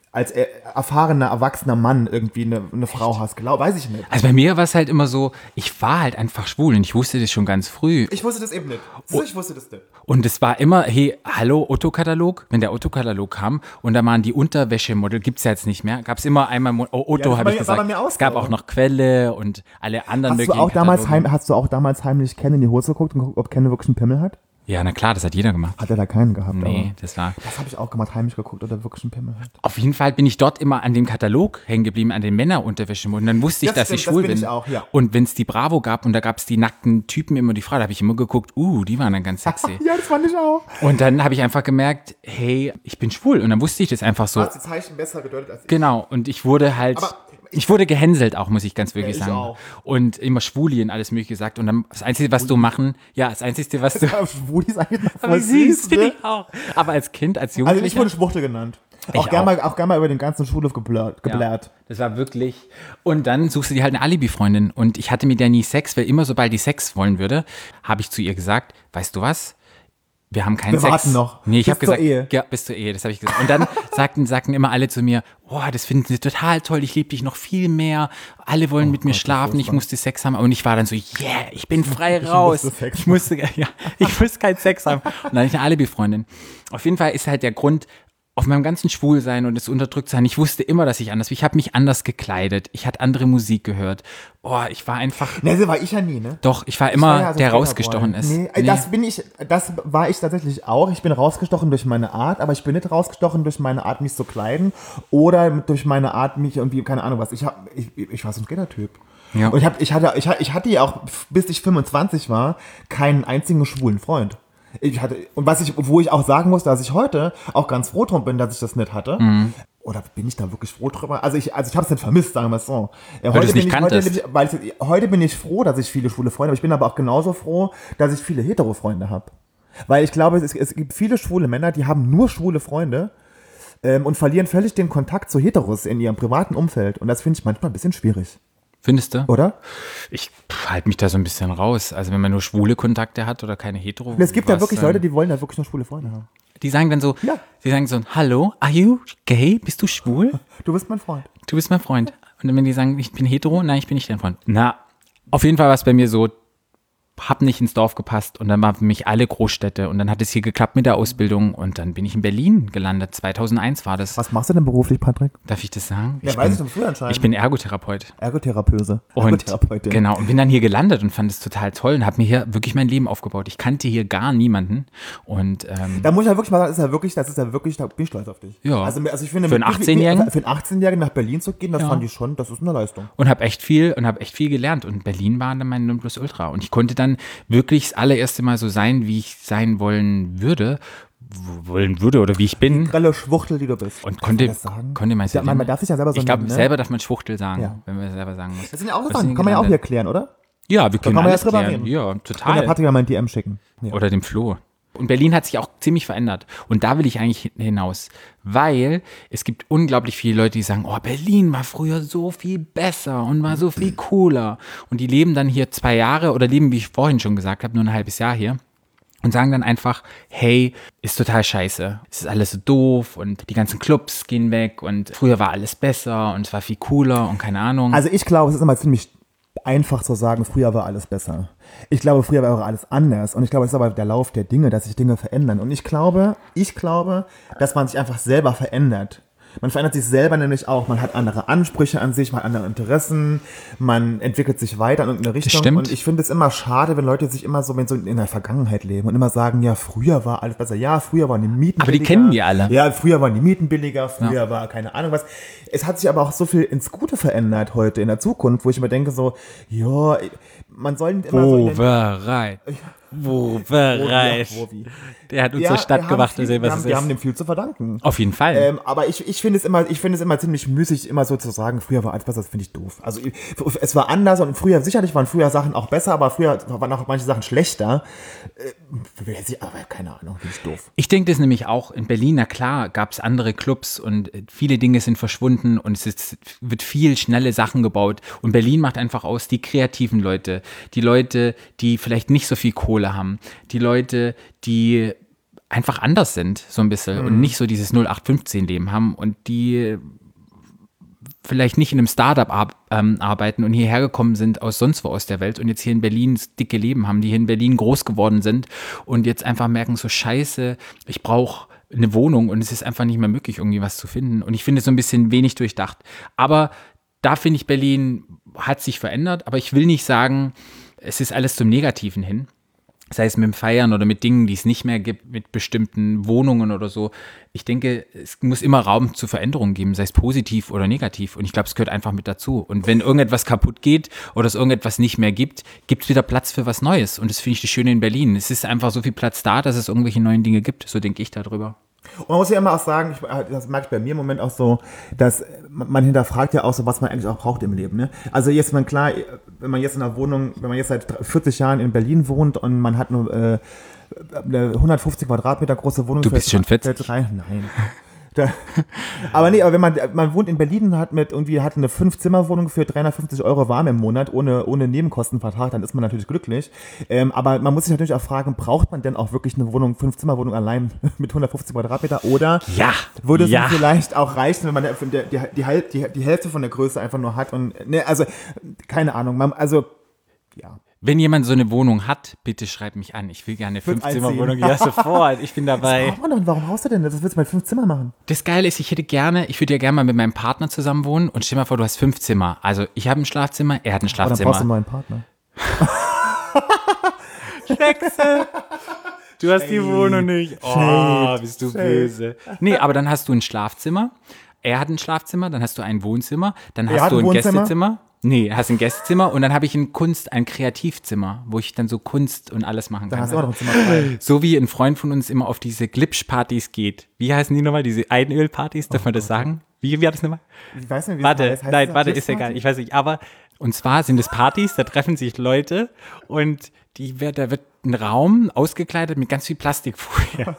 als er, erfahrener, erwachsener Mann irgendwie eine, eine Frau hast. Glaub, weiß ich nicht. Also bei mir war es halt immer so, ich war halt einfach schwul und ich wusste das schon ganz früh. Ich wusste das eben nicht. So, ich wusste das nicht. Und es war immer, hey, hallo, Otto-Katalog, wenn der Otto-Katalog kam und da waren die Unterwäschemodel, gibt's ja jetzt nicht mehr, gab's immer einmal, Mo- oh, Otto, Ja, das habe war ich bei- war bei gesagt, mir auch es gab so. auch noch Quelle und alle anderen Hast du, möglichen auch damals Kataloge. heim, hast du auch damals heimlich Ken in die Hose geguckt und geguckt, ob Ken wirklich einen Pimmel hat? Ja, na klar, das hat jeder gemacht. Hat er da keinen gehabt? Nee, aber- das war... Das habe ich auch gemacht, heimlich geguckt, ob er wirklich einen Pimmel hat. Auf jeden Fall bin ich dort immer an dem Katalog hängen geblieben, an den Männerunterwäschemoden. Und dann wusste ich, Das dass ich stimmt, das schwul bin bin. ich auch, ja. Und wenn es die Bravo gab und da gab es die nackten Typen immer die Frau, da habe ich immer geguckt, uh, die waren dann ganz sexy. Ja, das fand ich auch. Und dann habe ich einfach gemerkt, hey, ich bin schwul. Und dann wusste ich das einfach so. Du hast die Zeichen besser gedeutet als ich. Genau, und ich wurde halt, Aber ich wurde gehänselt auch, muss ich ganz wirklich Ja, ich sagen. auch. Und immer Schwuli und alles mögliche gesagt. Und dann das Einzige, was du machen, ja, das Einzige, was du... Ja, Schwul ist eigentlich noch Aber voll süß, süß, finde ne? ich auch. Aber als Kind, als Also Jugendlicher... ich wurde Schwuchtel genannt. Auch Ich gerne auch. mal, auch gern mal über den ganzen Schulhof geblärt. geblärt. Ja, das war wirklich. Und dann suchst du dir halt eine Alibi-Freundin. Und ich hatte mit der nie Sex, weil immer sobald die Sex wollen würde, habe ich zu ihr gesagt, weißt du was? Wir haben keinen Wir Sex. warten noch. Nee, ich Bis habe gesagt, zur Ehe. ja, bis zur Ehe, das habe ich gesagt. Und dann sagten, sagten immer alle zu mir, oh, das finden sie total toll, ich liebe dich noch viel mehr. Alle wollen mit mir schlafen, ich musste Sex haben. Und ich war dann so, yeah, ich bin frei raus. musste Sex Ich musste, ja, ich musste keinen Sex haben. Und dann hatte ich eine Alibi-Freundin. Auf jeden Fall ist halt der Grund, auf meinem ganzen Schwulsein und das Unterdrücktsein, ich wusste immer, dass ich anders bin. Ich habe mich anders gekleidet. Ich hatte andere Musik gehört. Oh, ich war einfach, Ne, so war ich ja nie, ne? doch, ich war Ich immer war ja so der Skaterboy. rausgestochen ist. Nee, äh, das bin ich, das war ich tatsächlich auch. Ich bin rausgestochen durch meine Art, aber ich bin nicht rausgestochen durch meine Art, mich zu kleiden oder durch meine Art, mich irgendwie, keine Ahnung was. Ich, hab, ich, ich war so ein Skater-Typ. Ja. Und ich, hab, ich, hatte, ich, hatte- ich hatte ja auch, bis ich fünfundzwanzig war, keinen einzigen schwulen Freund. Ich hatte, und was ich, wo ich auch sagen muss, dass ich heute auch ganz froh drum bin, dass ich das nicht hatte. Mhm. Oder bin ich da wirklich froh drüber? Also ich, also ich habe es nicht vermisst, sagen wir es so. Äh, Weil du es bin nicht ich, heute, kanntest. bin ich, weil ich, heute bin ich froh, dass ich viele schwule Freunde habe. Ich bin aber auch genauso froh, dass ich viele hetero Freunde habe. Weil ich glaube, es, es gibt viele schwule Männer, die haben nur schwule Freunde ähm, und verlieren völlig den Kontakt zu Heteros in ihrem privaten Umfeld. Und das finde ich manchmal ein bisschen schwierig, Findest du? oder? Ich halte mich da so ein bisschen raus. Also wenn man nur schwule Kontakte hat oder keine hetero. Und es gibt ja was, wirklich ähm, Leute, die wollen ja wirklich nur schwule Freunde haben. Die sagen dann so, Ja. die sagen so, hallo, are you gay? Bist du schwul? Du bist mein Freund. Du bist mein Freund. Und dann, wenn die sagen, ich bin hetero, nein, ich bin nicht dein Freund. Na, auf jeden Fall war es bei mir so, hab nicht ins Dorf gepasst und dann waren für mich alle Großstädte und dann hat es hier geklappt mit der Ausbildung und dann bin ich in Berlin gelandet. zweitauseneins war das. Was machst du denn beruflich, Patrick? Darf ich das sagen? Ja, ich, weiß bin, ich schon früher anscheinend. ich bin Ergotherapeut. Ergotherapeuse. Und Ergotherapeutin. genau, und bin dann hier gelandet und fand es total toll und habe mir hier wirklich mein Leben aufgebaut. Ich kannte hier gar niemanden und ähm, Da muss ich ja wirklich mal sagen, das ist ja wirklich, das ist ja wirklich, da bin ich stolz auf dich. Ja. Also, also ich finde, Für einen wirklich- achtzehnjährigen? Für einen achtzehnjährigen nach Berlin zu gehen, das Ja. fand ich schon, das ist eine Leistung. und habe echt viel und habe echt viel gelernt und Berlin war dann mein Nonplusultra und ich konnte dann wirklich das allererste Mal so sein, wie ich sein wollen würde, w- wollen würde oder wie ich bin Grelle Schwuchtel, die du bist. und Darf konnte man das sagen? konnte mein Ja, man, man darf sich ja selber so ich glaube nennen, ne? selber darf man Schwuchtel sagen, Ja. wenn man selber sagen muss. Das sind ja auch so Was Sachen, sind kann man ja auch hier genannt? klären, oder? Ja, wir können kann man ja alles drüber klären. reden. Ja, Kann der total. Patrick ja mal ein D M schicken. Ja. Oder dem Flo. Und Berlin hat sich auch ziemlich verändert. Und da will ich eigentlich hinaus. Weil es gibt unglaublich viele Leute, die sagen, oh, Berlin war früher so viel besser und war so viel cooler. Und die leben dann hier zwei Jahre oder leben, wie ich vorhin schon gesagt habe, nur ein halbes Jahr hier. Und sagen dann einfach, hey, ist total scheiße. Es ist alles so doof und die ganzen Clubs gehen weg und früher war alles besser und es war viel cooler und keine Ahnung. Also ich glaube, es ist immer ziemlich einfach zu sagen, früher war alles besser. Ich glaube, früher war auch alles anders. Und ich glaube, es ist aber der Lauf der Dinge, dass sich Dinge verändern. Und ich glaube, ich glaube, dass man sich einfach selber verändert. Man verändert sich selber nämlich auch. Man hat andere Ansprüche an sich, man hat andere Interessen, man entwickelt sich weiter in irgendeine Richtung. Stimmt. Und ich finde es immer schade, wenn Leute sich immer so, wenn so in der Vergangenheit leben und immer sagen, ja, früher war alles besser. Ja, früher waren die Mieten Aber die billiger. kennen wir alle. Ja, früher waren die Mieten billiger, früher war keine Ahnung was. Es hat sich aber auch so viel ins Gute verändert heute in der Zukunft, wo ich mir denke so, ja, man soll nicht immer so... in den- Wo wir rein. Wo wir rein. Ja, wo wie. Der hat Ja, unsere Stadt wir haben gemacht, viel, sehen, wir, was haben, es wir haben ist. dem viel zu verdanken. Auf jeden Fall. Ähm, aber ich, ich finde es immer, ich finde es immer ziemlich müßig, immer so zu sagen, früher war alles besser, das finde ich doof. Also ich- es war anders und früher, sicherlich waren früher Sachen auch besser, aber früher waren auch manche Sachen schlechter. Äh, aber keine Ahnung, finde ich doof. Ich denke das nämlich auch in Berlin, na klar, gab es andere Clubs und äh, viele Dinge sind verschwunden und es ist, wird viel schnelle Sachen gebaut. Und Berlin macht einfach aus die kreativen Leute, die Leute, die vielleicht nicht so viel Kohle haben, die Leute, die einfach anders sind, so ein bisschen. Mhm. Und nicht so dieses null acht fünfzehn Leben haben und die vielleicht nicht in einem Startup ar- ähm, arbeiten und hierher gekommen sind aus sonst wo aus der Welt und jetzt hier in Berlin das dicke Leben haben, die hier in Berlin groß geworden sind und jetzt einfach merken, so scheiße, ich brauche eine Wohnung und es ist einfach nicht mehr möglich, irgendwie was zu finden. Und ich finde es so ein bisschen wenig durchdacht. Aber da finde ich, Berlin hat sich verändert, aber ich will nicht sagen, es ist alles zum Negativen hin. Sei es mit dem Feiern oder mit Dingen, die es nicht mehr gibt, mit bestimmten Wohnungen oder so. Ich denke, es muss immer Raum zur Veränderung geben, sei es positiv oder negativ. Und ich glaube, es gehört einfach mit dazu. Und wenn irgendetwas kaputt geht oder es irgendetwas nicht mehr gibt, gibt es wieder Platz für was Neues. Und das finde ich das Schöne in Berlin. Es ist einfach so viel Platz da, dass es irgendwelche neuen Dinge gibt. So denke ich darüber. Und man muss ja immer auch sagen, ich, das merke ich bei mir im Moment auch so, dass man hinterfragt ja auch so, was man eigentlich auch braucht im Leben. Ne? Also jetzt mal klar, wenn man jetzt in einer Wohnung, wenn man jetzt seit vierzig Jahren in Berlin wohnt und man hat nur äh, eine hundertfünfzig Quadratmeter große Wohnung. Du bist schon vierzig? Nein. Da, aber nee, aber wenn man, man wohnt in Berlin und hat mit irgendwie hat eine Fünf-Zimmer-Wohnung für dreihundertfünfzig Euro warm im Monat, ohne, ohne Nebenkostenvertrag, dann ist man natürlich glücklich. Ähm, aber man muss sich natürlich auch fragen, braucht man denn auch wirklich eine Wohnung, Fünf-Zimmer-Wohnung allein mit hundertfünfzig Quadratmeter? Oder ja, würde es ja. vielleicht auch reichen, wenn man die, die, die, die, die Hälfte von der Größe einfach nur hat? Und ne, also, keine Ahnung, man, also, ja. Wenn jemand so eine Wohnung hat, bitte schreib mich an. Ich will gerne eine Fünf-Zimmer-Wohnung. Ja, sofort. Ich bin dabei. Das warum brauchst du denn das? Das willst du mit fünf Zimmer machen? Das Geile ist, ich hätte gerne, ich würde ja gerne mal mit meinem Partner zusammen wohnen und stell dir mal vor, du hast fünf Zimmer. Also ich habe ein Schlafzimmer, er hat ein Schlafzimmer. Aber dann brauchst du einen neuen Partner. Schleckse. Du hast die Wohnung nicht. Oh, bist du böse. Nee, aber dann hast du ein Schlafzimmer. Er hat ein Schlafzimmer, dann hast du ein Wohnzimmer, dann hast du ein, ein Gästezimmer. Nee, hast ein Gästezimmer und dann habe ich ein Kunst, ein Kreativzimmer, wo ich dann so Kunst und alles machen kann. Da hast du auch noch ein Zimmer frei. So wie ein Freund von uns immer auf diese Glitch-Partys geht. Wie heißen die nochmal? Diese Einöl-Partys, darf oh, man das okay. sagen? Wie, wie hat das nochmal? Ich weiß nicht, wie warte, das heißt. Nein, warte, ist ja egal. Ich weiß nicht, aber und zwar sind es Partys, da treffen sich Leute und die wird, da wird ein Raum ausgekleidet mit ganz viel Plastikfolie.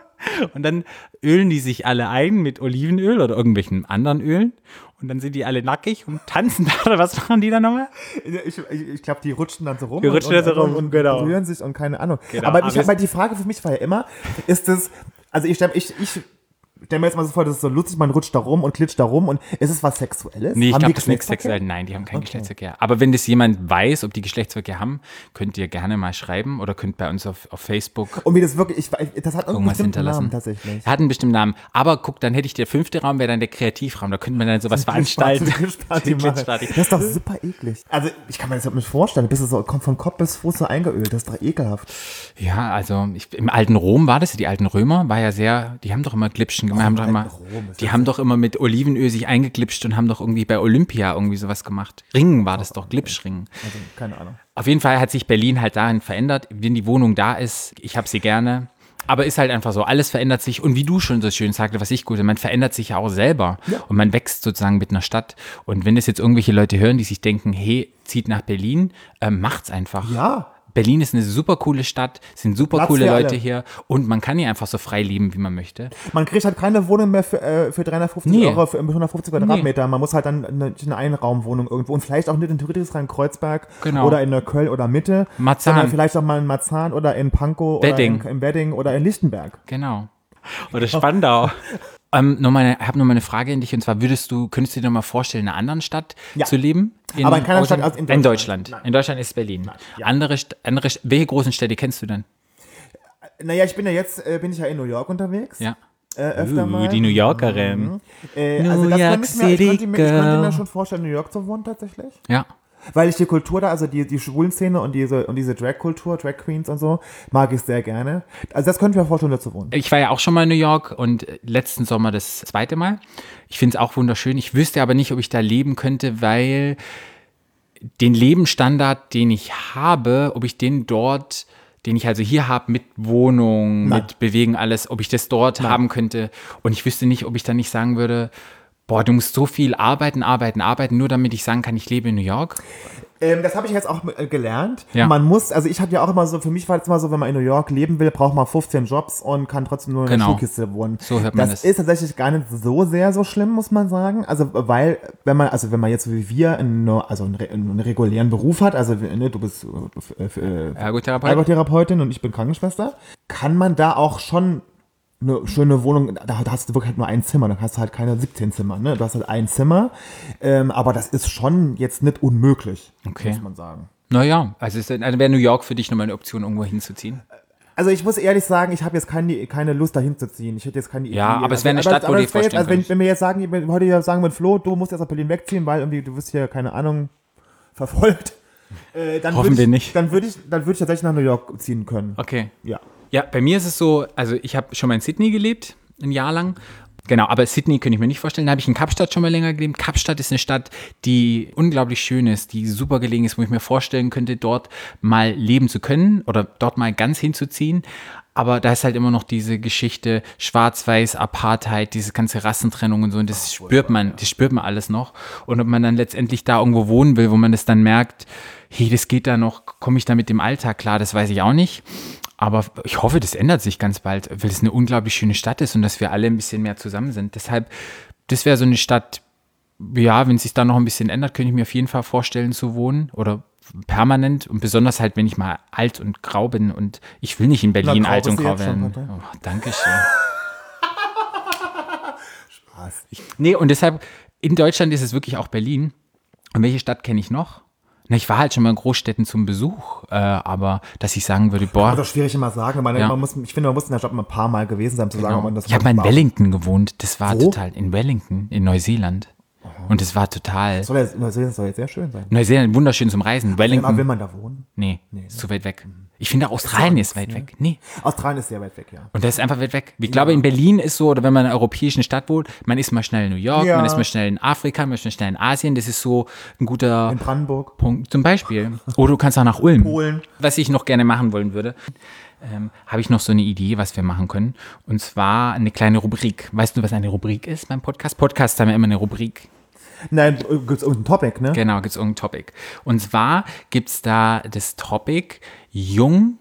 Und dann ölen die sich alle ein mit Olivenöl oder irgendwelchen anderen Ölen. Und dann sind die alle nackig und tanzen da. Oder was machen die da nochmal? Ich, ich, ich glaube, die rutschen dann so rum. Die rutschen und, dann so rum, und, und genau. rühren sich und keine Ahnung. Genau, aber aber ich habe die Frage für mich war ja immer, ist das, also ich stelle ich, ich stell mir jetzt mal so vor, das ist so lustig, man rutscht da rum und klitscht da rum und ist es was Sexuelles? Nee, ich glaube, die das ist nichts Sexuelles. Nein, die haben keinen okay. Geschlechtsverkehr. Aber wenn das jemand weiß, ob die Geschlechtsverkehr haben, könnt ihr gerne mal schreiben oder könnt bei uns auf, auf Facebook und wie das wirklich, ich, das hat irgendwas hinterlassen. Namen tatsächlich. Hat einen bestimmten Namen. Aber guck, dann hätte ich der fünfte Raum, wäre dann der Kreativraum. Da könnte man dann sowas veranstalten. Das ist doch super eklig. Also ich kann mir das nicht vorstellen. Bist du so, kommt von Kopf bis Fuß so eingeölt. Das ist doch ekelhaft. Ja, also ich, im alten Rom war das, die alten Römer, war ja sehr, die haben doch immer Glipschen gemacht. Haben doch immer, die haben doch immer mit Olivenöl sich eingeglipscht und haben doch irgendwie bei Olympia irgendwie sowas gemacht. Ringen war das oh, doch, okay. Glipschringen. Also keine Ahnung. Auf jeden Fall hat sich Berlin halt dahin verändert. Wenn die Wohnung da ist, ich habe sie gerne. Aber ist halt einfach so, alles verändert sich. Und wie du schon so schön sagte, was ich gut finde, man verändert sich ja auch selber. Ja. Und man wächst sozusagen mit einer Stadt. Und wenn das jetzt irgendwelche Leute hören, die sich denken, hey, zieht nach Berlin, ähm, macht's einfach. Ja. Berlin ist eine super coole Stadt, sind super Platz coole Leute alle. Hier und man kann hier einfach so frei leben, wie man möchte. Man kriegt halt keine Wohnung mehr für, äh, für dreihundertfünfzig nee. Euro für hundertfünfzig Quadratmeter. Nee. Man muss halt dann eine, eine Einraumwohnung irgendwo und vielleicht auch nicht in Friedrichshain-Kreuzberg genau. oder in Neukölln oder Mitte, Marzahn. sondern vielleicht auch mal in Marzahn oder in Pankow Wedding. oder in, in Wedding oder in Lichtenberg. Genau. Oder Spandau. Ähm, noch meine, ich habe noch mal eine Frage an dich und zwar würdest du, könntest du dir noch mal vorstellen, in einer anderen Stadt ja. zu leben? In, aber in keiner Stadt als in Deutschland. In Deutschland. Nein. In Deutschland ist Berlin. Nein. Ja. Andere, andere, welche großen Städte kennst du denn? Naja, ich bin ja jetzt, äh, bin ich ja in New York unterwegs. Ja. Äh, öfter uh, mal. Die New Yorkerin. Mhm. Äh, New also das York ich, mir, ich, City könnte mir, ich könnte mir schon vorstellen, in New York zu wohnen tatsächlich. Ja. Weil ich die Kultur da, also die, die Schwulenszene und diese, und diese Drag-Kultur, Drag Queens und so, mag ich sehr gerne. Also das könnte ich mir vorstellen, da zu wohnen. Ich war ja auch schon mal in New York und letzten Sommer das zweite Mal. Ich finde es auch wunderschön. Ich wüsste aber nicht, ob ich da leben könnte, weil den Lebensstandard, den ich habe, ob ich den dort, den ich also hier habe, mit Wohnung, Nein. mit Bewegen, alles, ob ich das dort Nein. haben könnte. Und ich wüsste nicht, ob ich dann nicht sagen würde, boah, du musst so viel arbeiten, arbeiten, arbeiten, nur damit ich sagen kann, ich lebe in New York. Ähm, das habe ich jetzt auch äh, gelernt. Ja. Man muss, also ich hatte ja auch immer so, für mich war es immer so, wenn man in New York leben will, braucht man fünfzehn Jobs und kann trotzdem nur in Genau. der Schuhkiste wohnen. So hört man das. das. ist tatsächlich gar nicht so sehr so schlimm, muss man sagen. Also weil, wenn man, also wenn man jetzt so wie wir einen, also einen, einen regulären Beruf hat, also ne, du bist äh, äh, Ergotherapeut? Ergotherapeutin und ich bin Krankenschwester, kann man da auch schon eine schöne Wohnung, da hast du wirklich halt nur ein Zimmer, dann hast du halt keine siebzehn Zimmer, ne? Du hast halt ein Zimmer, ähm, aber das ist schon jetzt nicht unmöglich, Okay. muss man sagen. Naja, also, ist, also wäre New York für dich nochmal eine Option, irgendwo hinzuziehen? Also ich muss ehrlich sagen, ich habe jetzt keine, keine Lust dahin zu ziehen. Ich hätte jetzt keine Idee. Ja, aber es wäre eine Also, Stadt, wo aber du dir das wär jetzt, vorstellen also wenn, könntest. wenn wir jetzt sagen, wenn heute ja sagen mit Flo, du musst jetzt aus Berlin wegziehen, weil irgendwie du wirst hier, keine Ahnung, verfolgt. Äh, dann Hoffen würd wir ich, nicht. Dann würde ich, dann würde ich tatsächlich nach New York ziehen können. Okay. Ja. Ja, bei mir ist es so, also ich habe schon mal in Sydney gelebt, ein Jahr lang. Genau, aber Sydney könnte ich mir nicht vorstellen. Da habe ich in Kapstadt schon mal länger gelebt. Kapstadt ist eine Stadt, die unglaublich schön ist, die super gelegen ist, wo ich mir vorstellen könnte, dort mal leben zu können oder dort mal ganz hinzuziehen. Aber da ist halt immer noch diese Geschichte Schwarz-Weiß, Apartheid, diese ganze Rassentrennung und so. Und das spürt man, das spürt man alles noch. Und ob man dann letztendlich da irgendwo wohnen will, wo man das dann merkt, hey, das geht da noch, komme ich da mit dem Alltag klar, das weiß ich auch nicht. Aber ich hoffe, das ändert sich ganz bald, weil es eine unglaublich schöne Stadt ist und dass wir alle ein bisschen mehr zusammen sind. Deshalb, das wäre so eine Stadt, ja, wenn es sich da noch ein bisschen ändert, könnte ich mir auf jeden Fall vorstellen zu wohnen oder permanent und besonders halt, wenn ich mal alt und grau bin und ich will nicht in Berlin Na, grau alt und bist du grau jetzt schon, werden. Patrick. Oh, Dankeschön. Spaß. Nee, und deshalb, in Deutschland ist es wirklich auch Berlin. Und welche Stadt kenne ich noch? Na, ich war halt schon mal in Großstädten zum Besuch, äh, aber dass ich sagen würde, boah, Das ist doch schwierig immer sagen. Man, Ja. man muss, ich finde, man muss in der Stadt mal ein paar Mal gewesen sein, um zu sagen, ob man das ich habe mal in war. Wellington gewohnt, das war Wo? total, in Wellington, in Neuseeland. Und das war total, Soll das, das soll jetzt sehr schön sein. Neuseeland, wunderschön zum Reisen. Aber Wellington, will man da wohnen? nee, ist zu weit weg. Ich finde, Australien ist weit weg. Nee. Australien ist sehr weit weg, ja. Und das ist einfach weit weg. Ich glaube, in Berlin ist so, oder wenn man in einer europäischen Stadt wohnt, man ist mal schnell in New York, Ja. man ist mal schnell in Afrika, man ist mal schnell in Asien. Das ist so ein guter In Brandenburg. Punkt zum Beispiel. Oder du kannst auch nach Ulm. Polen. Was ich noch gerne machen wollen würde, ähm, habe ich noch so eine Idee, was wir machen können. Und zwar eine kleine Rubrik. Weißt du, was eine Rubrik ist beim Podcast? Podcasts haben ja immer eine Rubrik. Nein, gibt es irgendein Topic, ne? Genau, gibt es irgendein Topic. Und zwar gibt es da das Topic jung,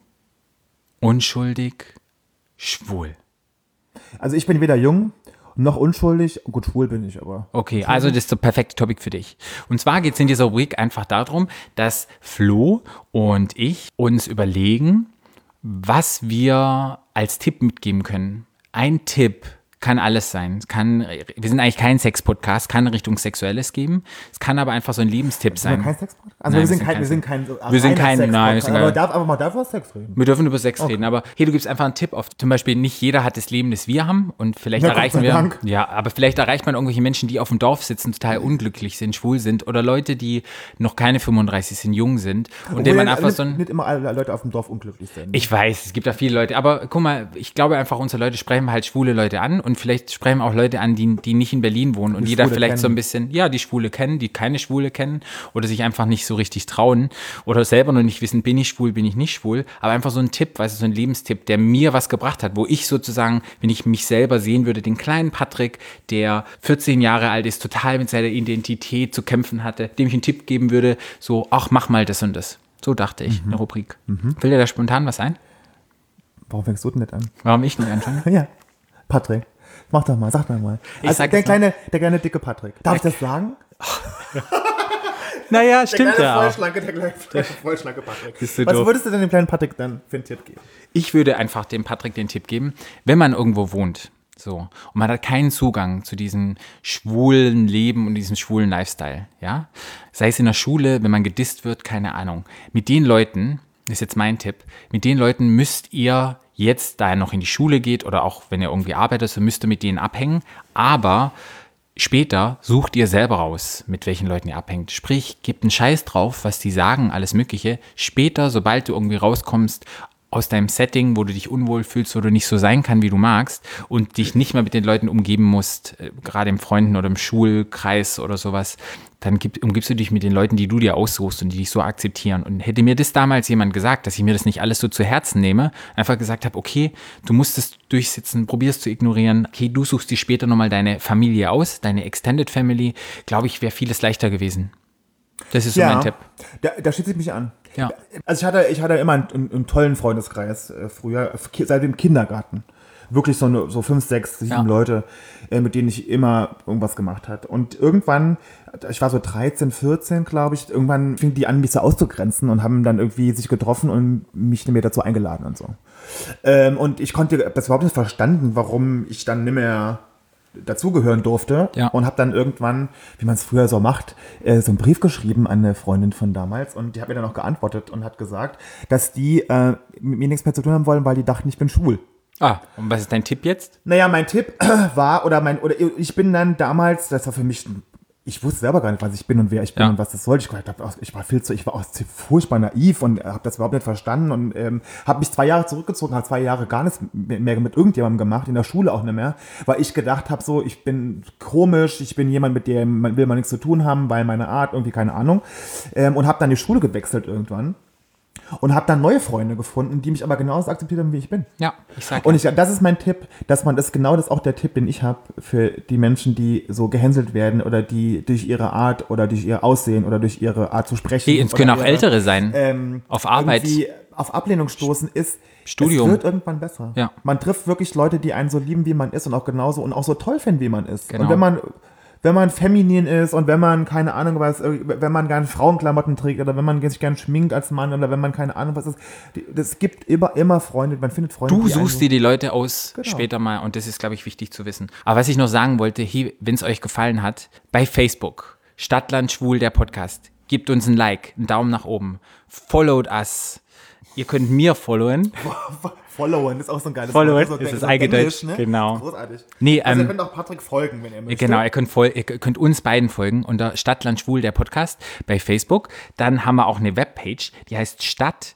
unschuldig, schwul. Also ich bin weder jung noch unschuldig. Gut, schwul bin ich aber. Okay, also das ist das perfekte Topic für dich. Und zwar geht es in dieser Rubrik einfach darum, dass Flo und ich uns überlegen, was wir als Tipp mitgeben können. Ein Tipp kann alles sein. Es kann, wir sind eigentlich kein Sex-Podcast, kann Richtung Sexuelles geben. Es kann aber einfach so ein Lebenstipp Sind wir sein. kein Sexpodcast? Also Nein, wir sind kein, wir sind kein, Wir sind kein- reiner nein, wir Sexpodcast. sind aber, kein- darf, aber man darf über Sex reden. Wir dürfen über Sex reden, aber hey, du gibst einfach einen Tipp auf. Zum Beispiel, nicht jeder hat das Leben, das wir haben und vielleicht Ja, Gott erreichen sei wir, Dank. ja, aber vielleicht erreicht man irgendwelche Menschen, die auf dem Dorf sitzen, total unglücklich sind, schwul sind oder Leute, die noch keine fünfunddreißig sind, jung sind und denen man Obwohl einfach nicht, so ein, nicht immer alle Leute auf dem Dorf unglücklich sind. ich weiß, es gibt da viele Leute, aber guck mal, ich glaube einfach, unsere Leute sprechen halt schwule Leute an und vielleicht sprechen auch Leute an, die, die nicht in Berlin wohnen und Die die da Schwule vielleicht so ein kennen. bisschen, ja, die Schwule kennen, die keine Schwule kennen oder sich einfach nicht so richtig trauen oder selber noch nicht wissen, bin ich schwul, bin ich nicht schwul, aber einfach so ein Tipp, weißt du, so ein Lebenstipp, der mir was gebracht hat, wo ich sozusagen, wenn ich mich selber sehen würde, den kleinen Patrick, der vierzehn Jahre alt ist, total mit seiner Identität zu kämpfen hatte, dem ich einen Tipp geben würde, so, ach, mach mal das und das. So dachte ich, eine Rubrik. Will dir da spontan was ein? Warum fängst du denn nicht an? Warum ich nicht anfange? Ja, Patrick. Mach doch mal, sag doch mal. Ich Also sag der es mal. kleine, der kleine dicke Patrick. Darf ich das sagen? Naja, stimmt ja auch. Vollschlanke, der kleine vollschlanke Patrick. Bist du Was doof. würdest du denn dem kleinen Patrick dann für einen Tipp geben? Ich würde einfach dem Patrick den Tipp geben, wenn man irgendwo wohnt, so, und man hat keinen Zugang zu diesem schwulen Leben und diesem schwulen Lifestyle, ja, sei es in der Schule, wenn man gedisst wird, keine Ahnung, mit den Leuten, das ist jetzt mein Tipp, mit den Leuten müsst ihr jetzt, da ihr noch in die Schule geht oder auch wenn ihr irgendwie arbeitet, so müsst ihr mit denen abhängen, aber später sucht ihr selber raus, mit welchen Leuten ihr abhängt. Sprich, gebt einen Scheiß drauf, was die sagen, alles Mögliche. Später, sobald du irgendwie rauskommst aus deinem Setting, wo du dich unwohl fühlst, wo du nicht so sein kann, wie du magst und dich nicht mehr mit den Leuten umgeben musst, äh, gerade im Freunden- oder im Schulkreis oder sowas, dann gib, umgibst du dich mit den Leuten, die du dir aussuchst und die dich so akzeptieren. Und hätte mir das damals jemand gesagt, dass ich mir das nicht alles so zu Herzen nehme, einfach gesagt habe, okay, du musst es durchsitzen, probierst zu ignorieren, okay, du suchst dir später nochmal deine Familie aus, deine Extended Family, glaube ich, wäre vieles leichter gewesen. Das ist so Ja, mein Tipp. Da, da schließe ich mich an. Ja. Also ich hatte, ich hatte immer einen, einen, einen tollen Freundeskreis äh, früher, ki- seit dem Kindergarten. Wirklich so, eine, so fünf, sechs, sieben Ja. Leute, äh, mit denen ich immer irgendwas gemacht habe. Und irgendwann, ich war so dreizehn, vierzehn, glaube ich, irgendwann fing die an, mich so auszugrenzen und haben dann irgendwie sich getroffen und mich nicht mehr dazu eingeladen und so. Ähm, und ich konnte das überhaupt nicht verstanden, warum ich dann nicht mehr dazugehören durfte Ja. und habe dann irgendwann, wie man es früher so macht, äh, so einen Brief geschrieben an eine Freundin von damals und die hat mir dann auch geantwortet und hat gesagt, dass die äh, mit mir nichts mehr zu tun haben wollen, weil die dachten, ich bin schwul. Ah, und was ist dein Tipp jetzt? Naja, mein Tipp war, oder mein, oder ich bin dann damals, das war für mich, ich wusste selber gar nicht, was ich bin und wer ich bin Ja. und was das sollte. Ich, glaub, ich war viel zu, ich war auch furchtbar naiv und habe das überhaupt nicht verstanden und ähm, habe mich zwei Jahre zurückgezogen, habe zwei Jahre gar nichts mehr mit irgendjemandem gemacht, in der Schule auch nicht mehr, weil ich gedacht habe, so, ich bin komisch, ich bin jemand, mit dem man will man nichts zu tun haben, weil meine Art, irgendwie keine Ahnung, ähm, und habe dann die Schule gewechselt irgendwann. Und habe dann neue Freunde gefunden, die mich aber genauso akzeptiert haben, wie ich bin. Ja, ich sag Und ich, das ist mein Tipp, dass man das genau das ist auch der Tipp, den ich habe für die Menschen, die so gehänselt werden oder die durch ihre Art oder durch ihr Aussehen oder durch ihre Art zu sprechen. Die, es oder können auch ihre, Ältere sein. ähm, Auf Arbeit. irgendwie auf Ablehnung stoßen ist. Studium. Es wird irgendwann besser. Ja. Man trifft wirklich Leute, die einen so lieben, wie man ist und auch genauso und auch so toll finden, wie man ist. Genau. Und wenn man wenn man feminin ist und wenn man, keine Ahnung was, wenn man gerne Frauenklamotten trägt oder wenn man sich gerne schminkt als Mann oder wenn man keine Ahnung was ist, das gibt immer, immer Freunde, man findet Freunde. Du die suchst einen- dir die Leute aus Genau. später mal und das ist, glaube ich, wichtig zu wissen. Aber was ich noch sagen wollte, wenn es euch gefallen hat, bei Facebook, Stadtland Schwul, der Podcast, gebt uns ein Like, einen Daumen nach oben, followed us. Ihr könnt mir followen. Followen ist auch so ein geiles Followen Wort. So- ist das so Eingedeutscht, Englisch, ne? genau. Großartig. Nee, also ihr ähm, könnt auch Patrick folgen, wenn ihr möchtet. Genau, ihr könnt, voll, ihr könnt uns beiden folgen unter Stadtland Schwul, der Podcast bei Facebook. Dann haben wir auch eine Webpage, die heißt Stadt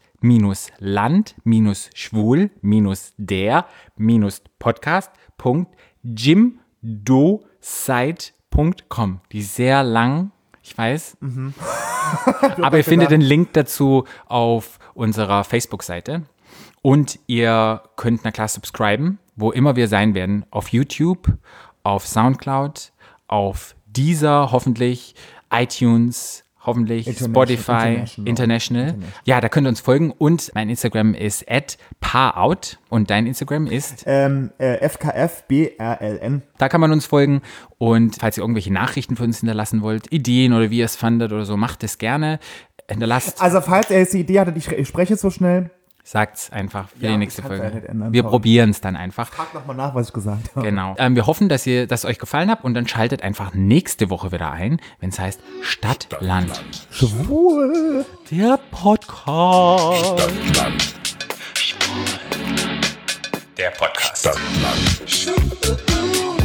Land Schwul der Podcast Punkt jimdosite Punkt com. Die ist sehr lang, ich weiß. Aber ihr findet den Link dazu auf unserer Facebook-Seite. Und ihr könnt na klar subscriben, wo immer wir sein werden. Auf YouTube, auf Soundcloud, auf Deezer hoffentlich, iTunes hoffentlich, International- Spotify, International. International. Ja, da könnt ihr uns folgen. Und mein Instagram ist at parout und dein Instagram ist? Ähm, äh, F K F B R L N. Da kann man uns folgen. Und falls ihr irgendwelche Nachrichten für uns hinterlassen wollt, Ideen oder wie ihr es fandet oder so, macht es gerne. Hinterlasst, Also falls ihr jetzt die Idee hattet, ich, ich spreche so schnell, sagt's einfach für Ja, die nächste ich kann's ja Folge. nicht ändern, Wir sorry. probieren es dann einfach. fragt nochmal nach, was ich gesagt habe. Genau. Ähm, wir hoffen, dass ihr, dass es euch gefallen hat und dann schaltet einfach nächste Woche wieder ein, wenn es heißt Stadtland. Schwul. Der Podcast. Stadtland. Der Podcast. Stadtland.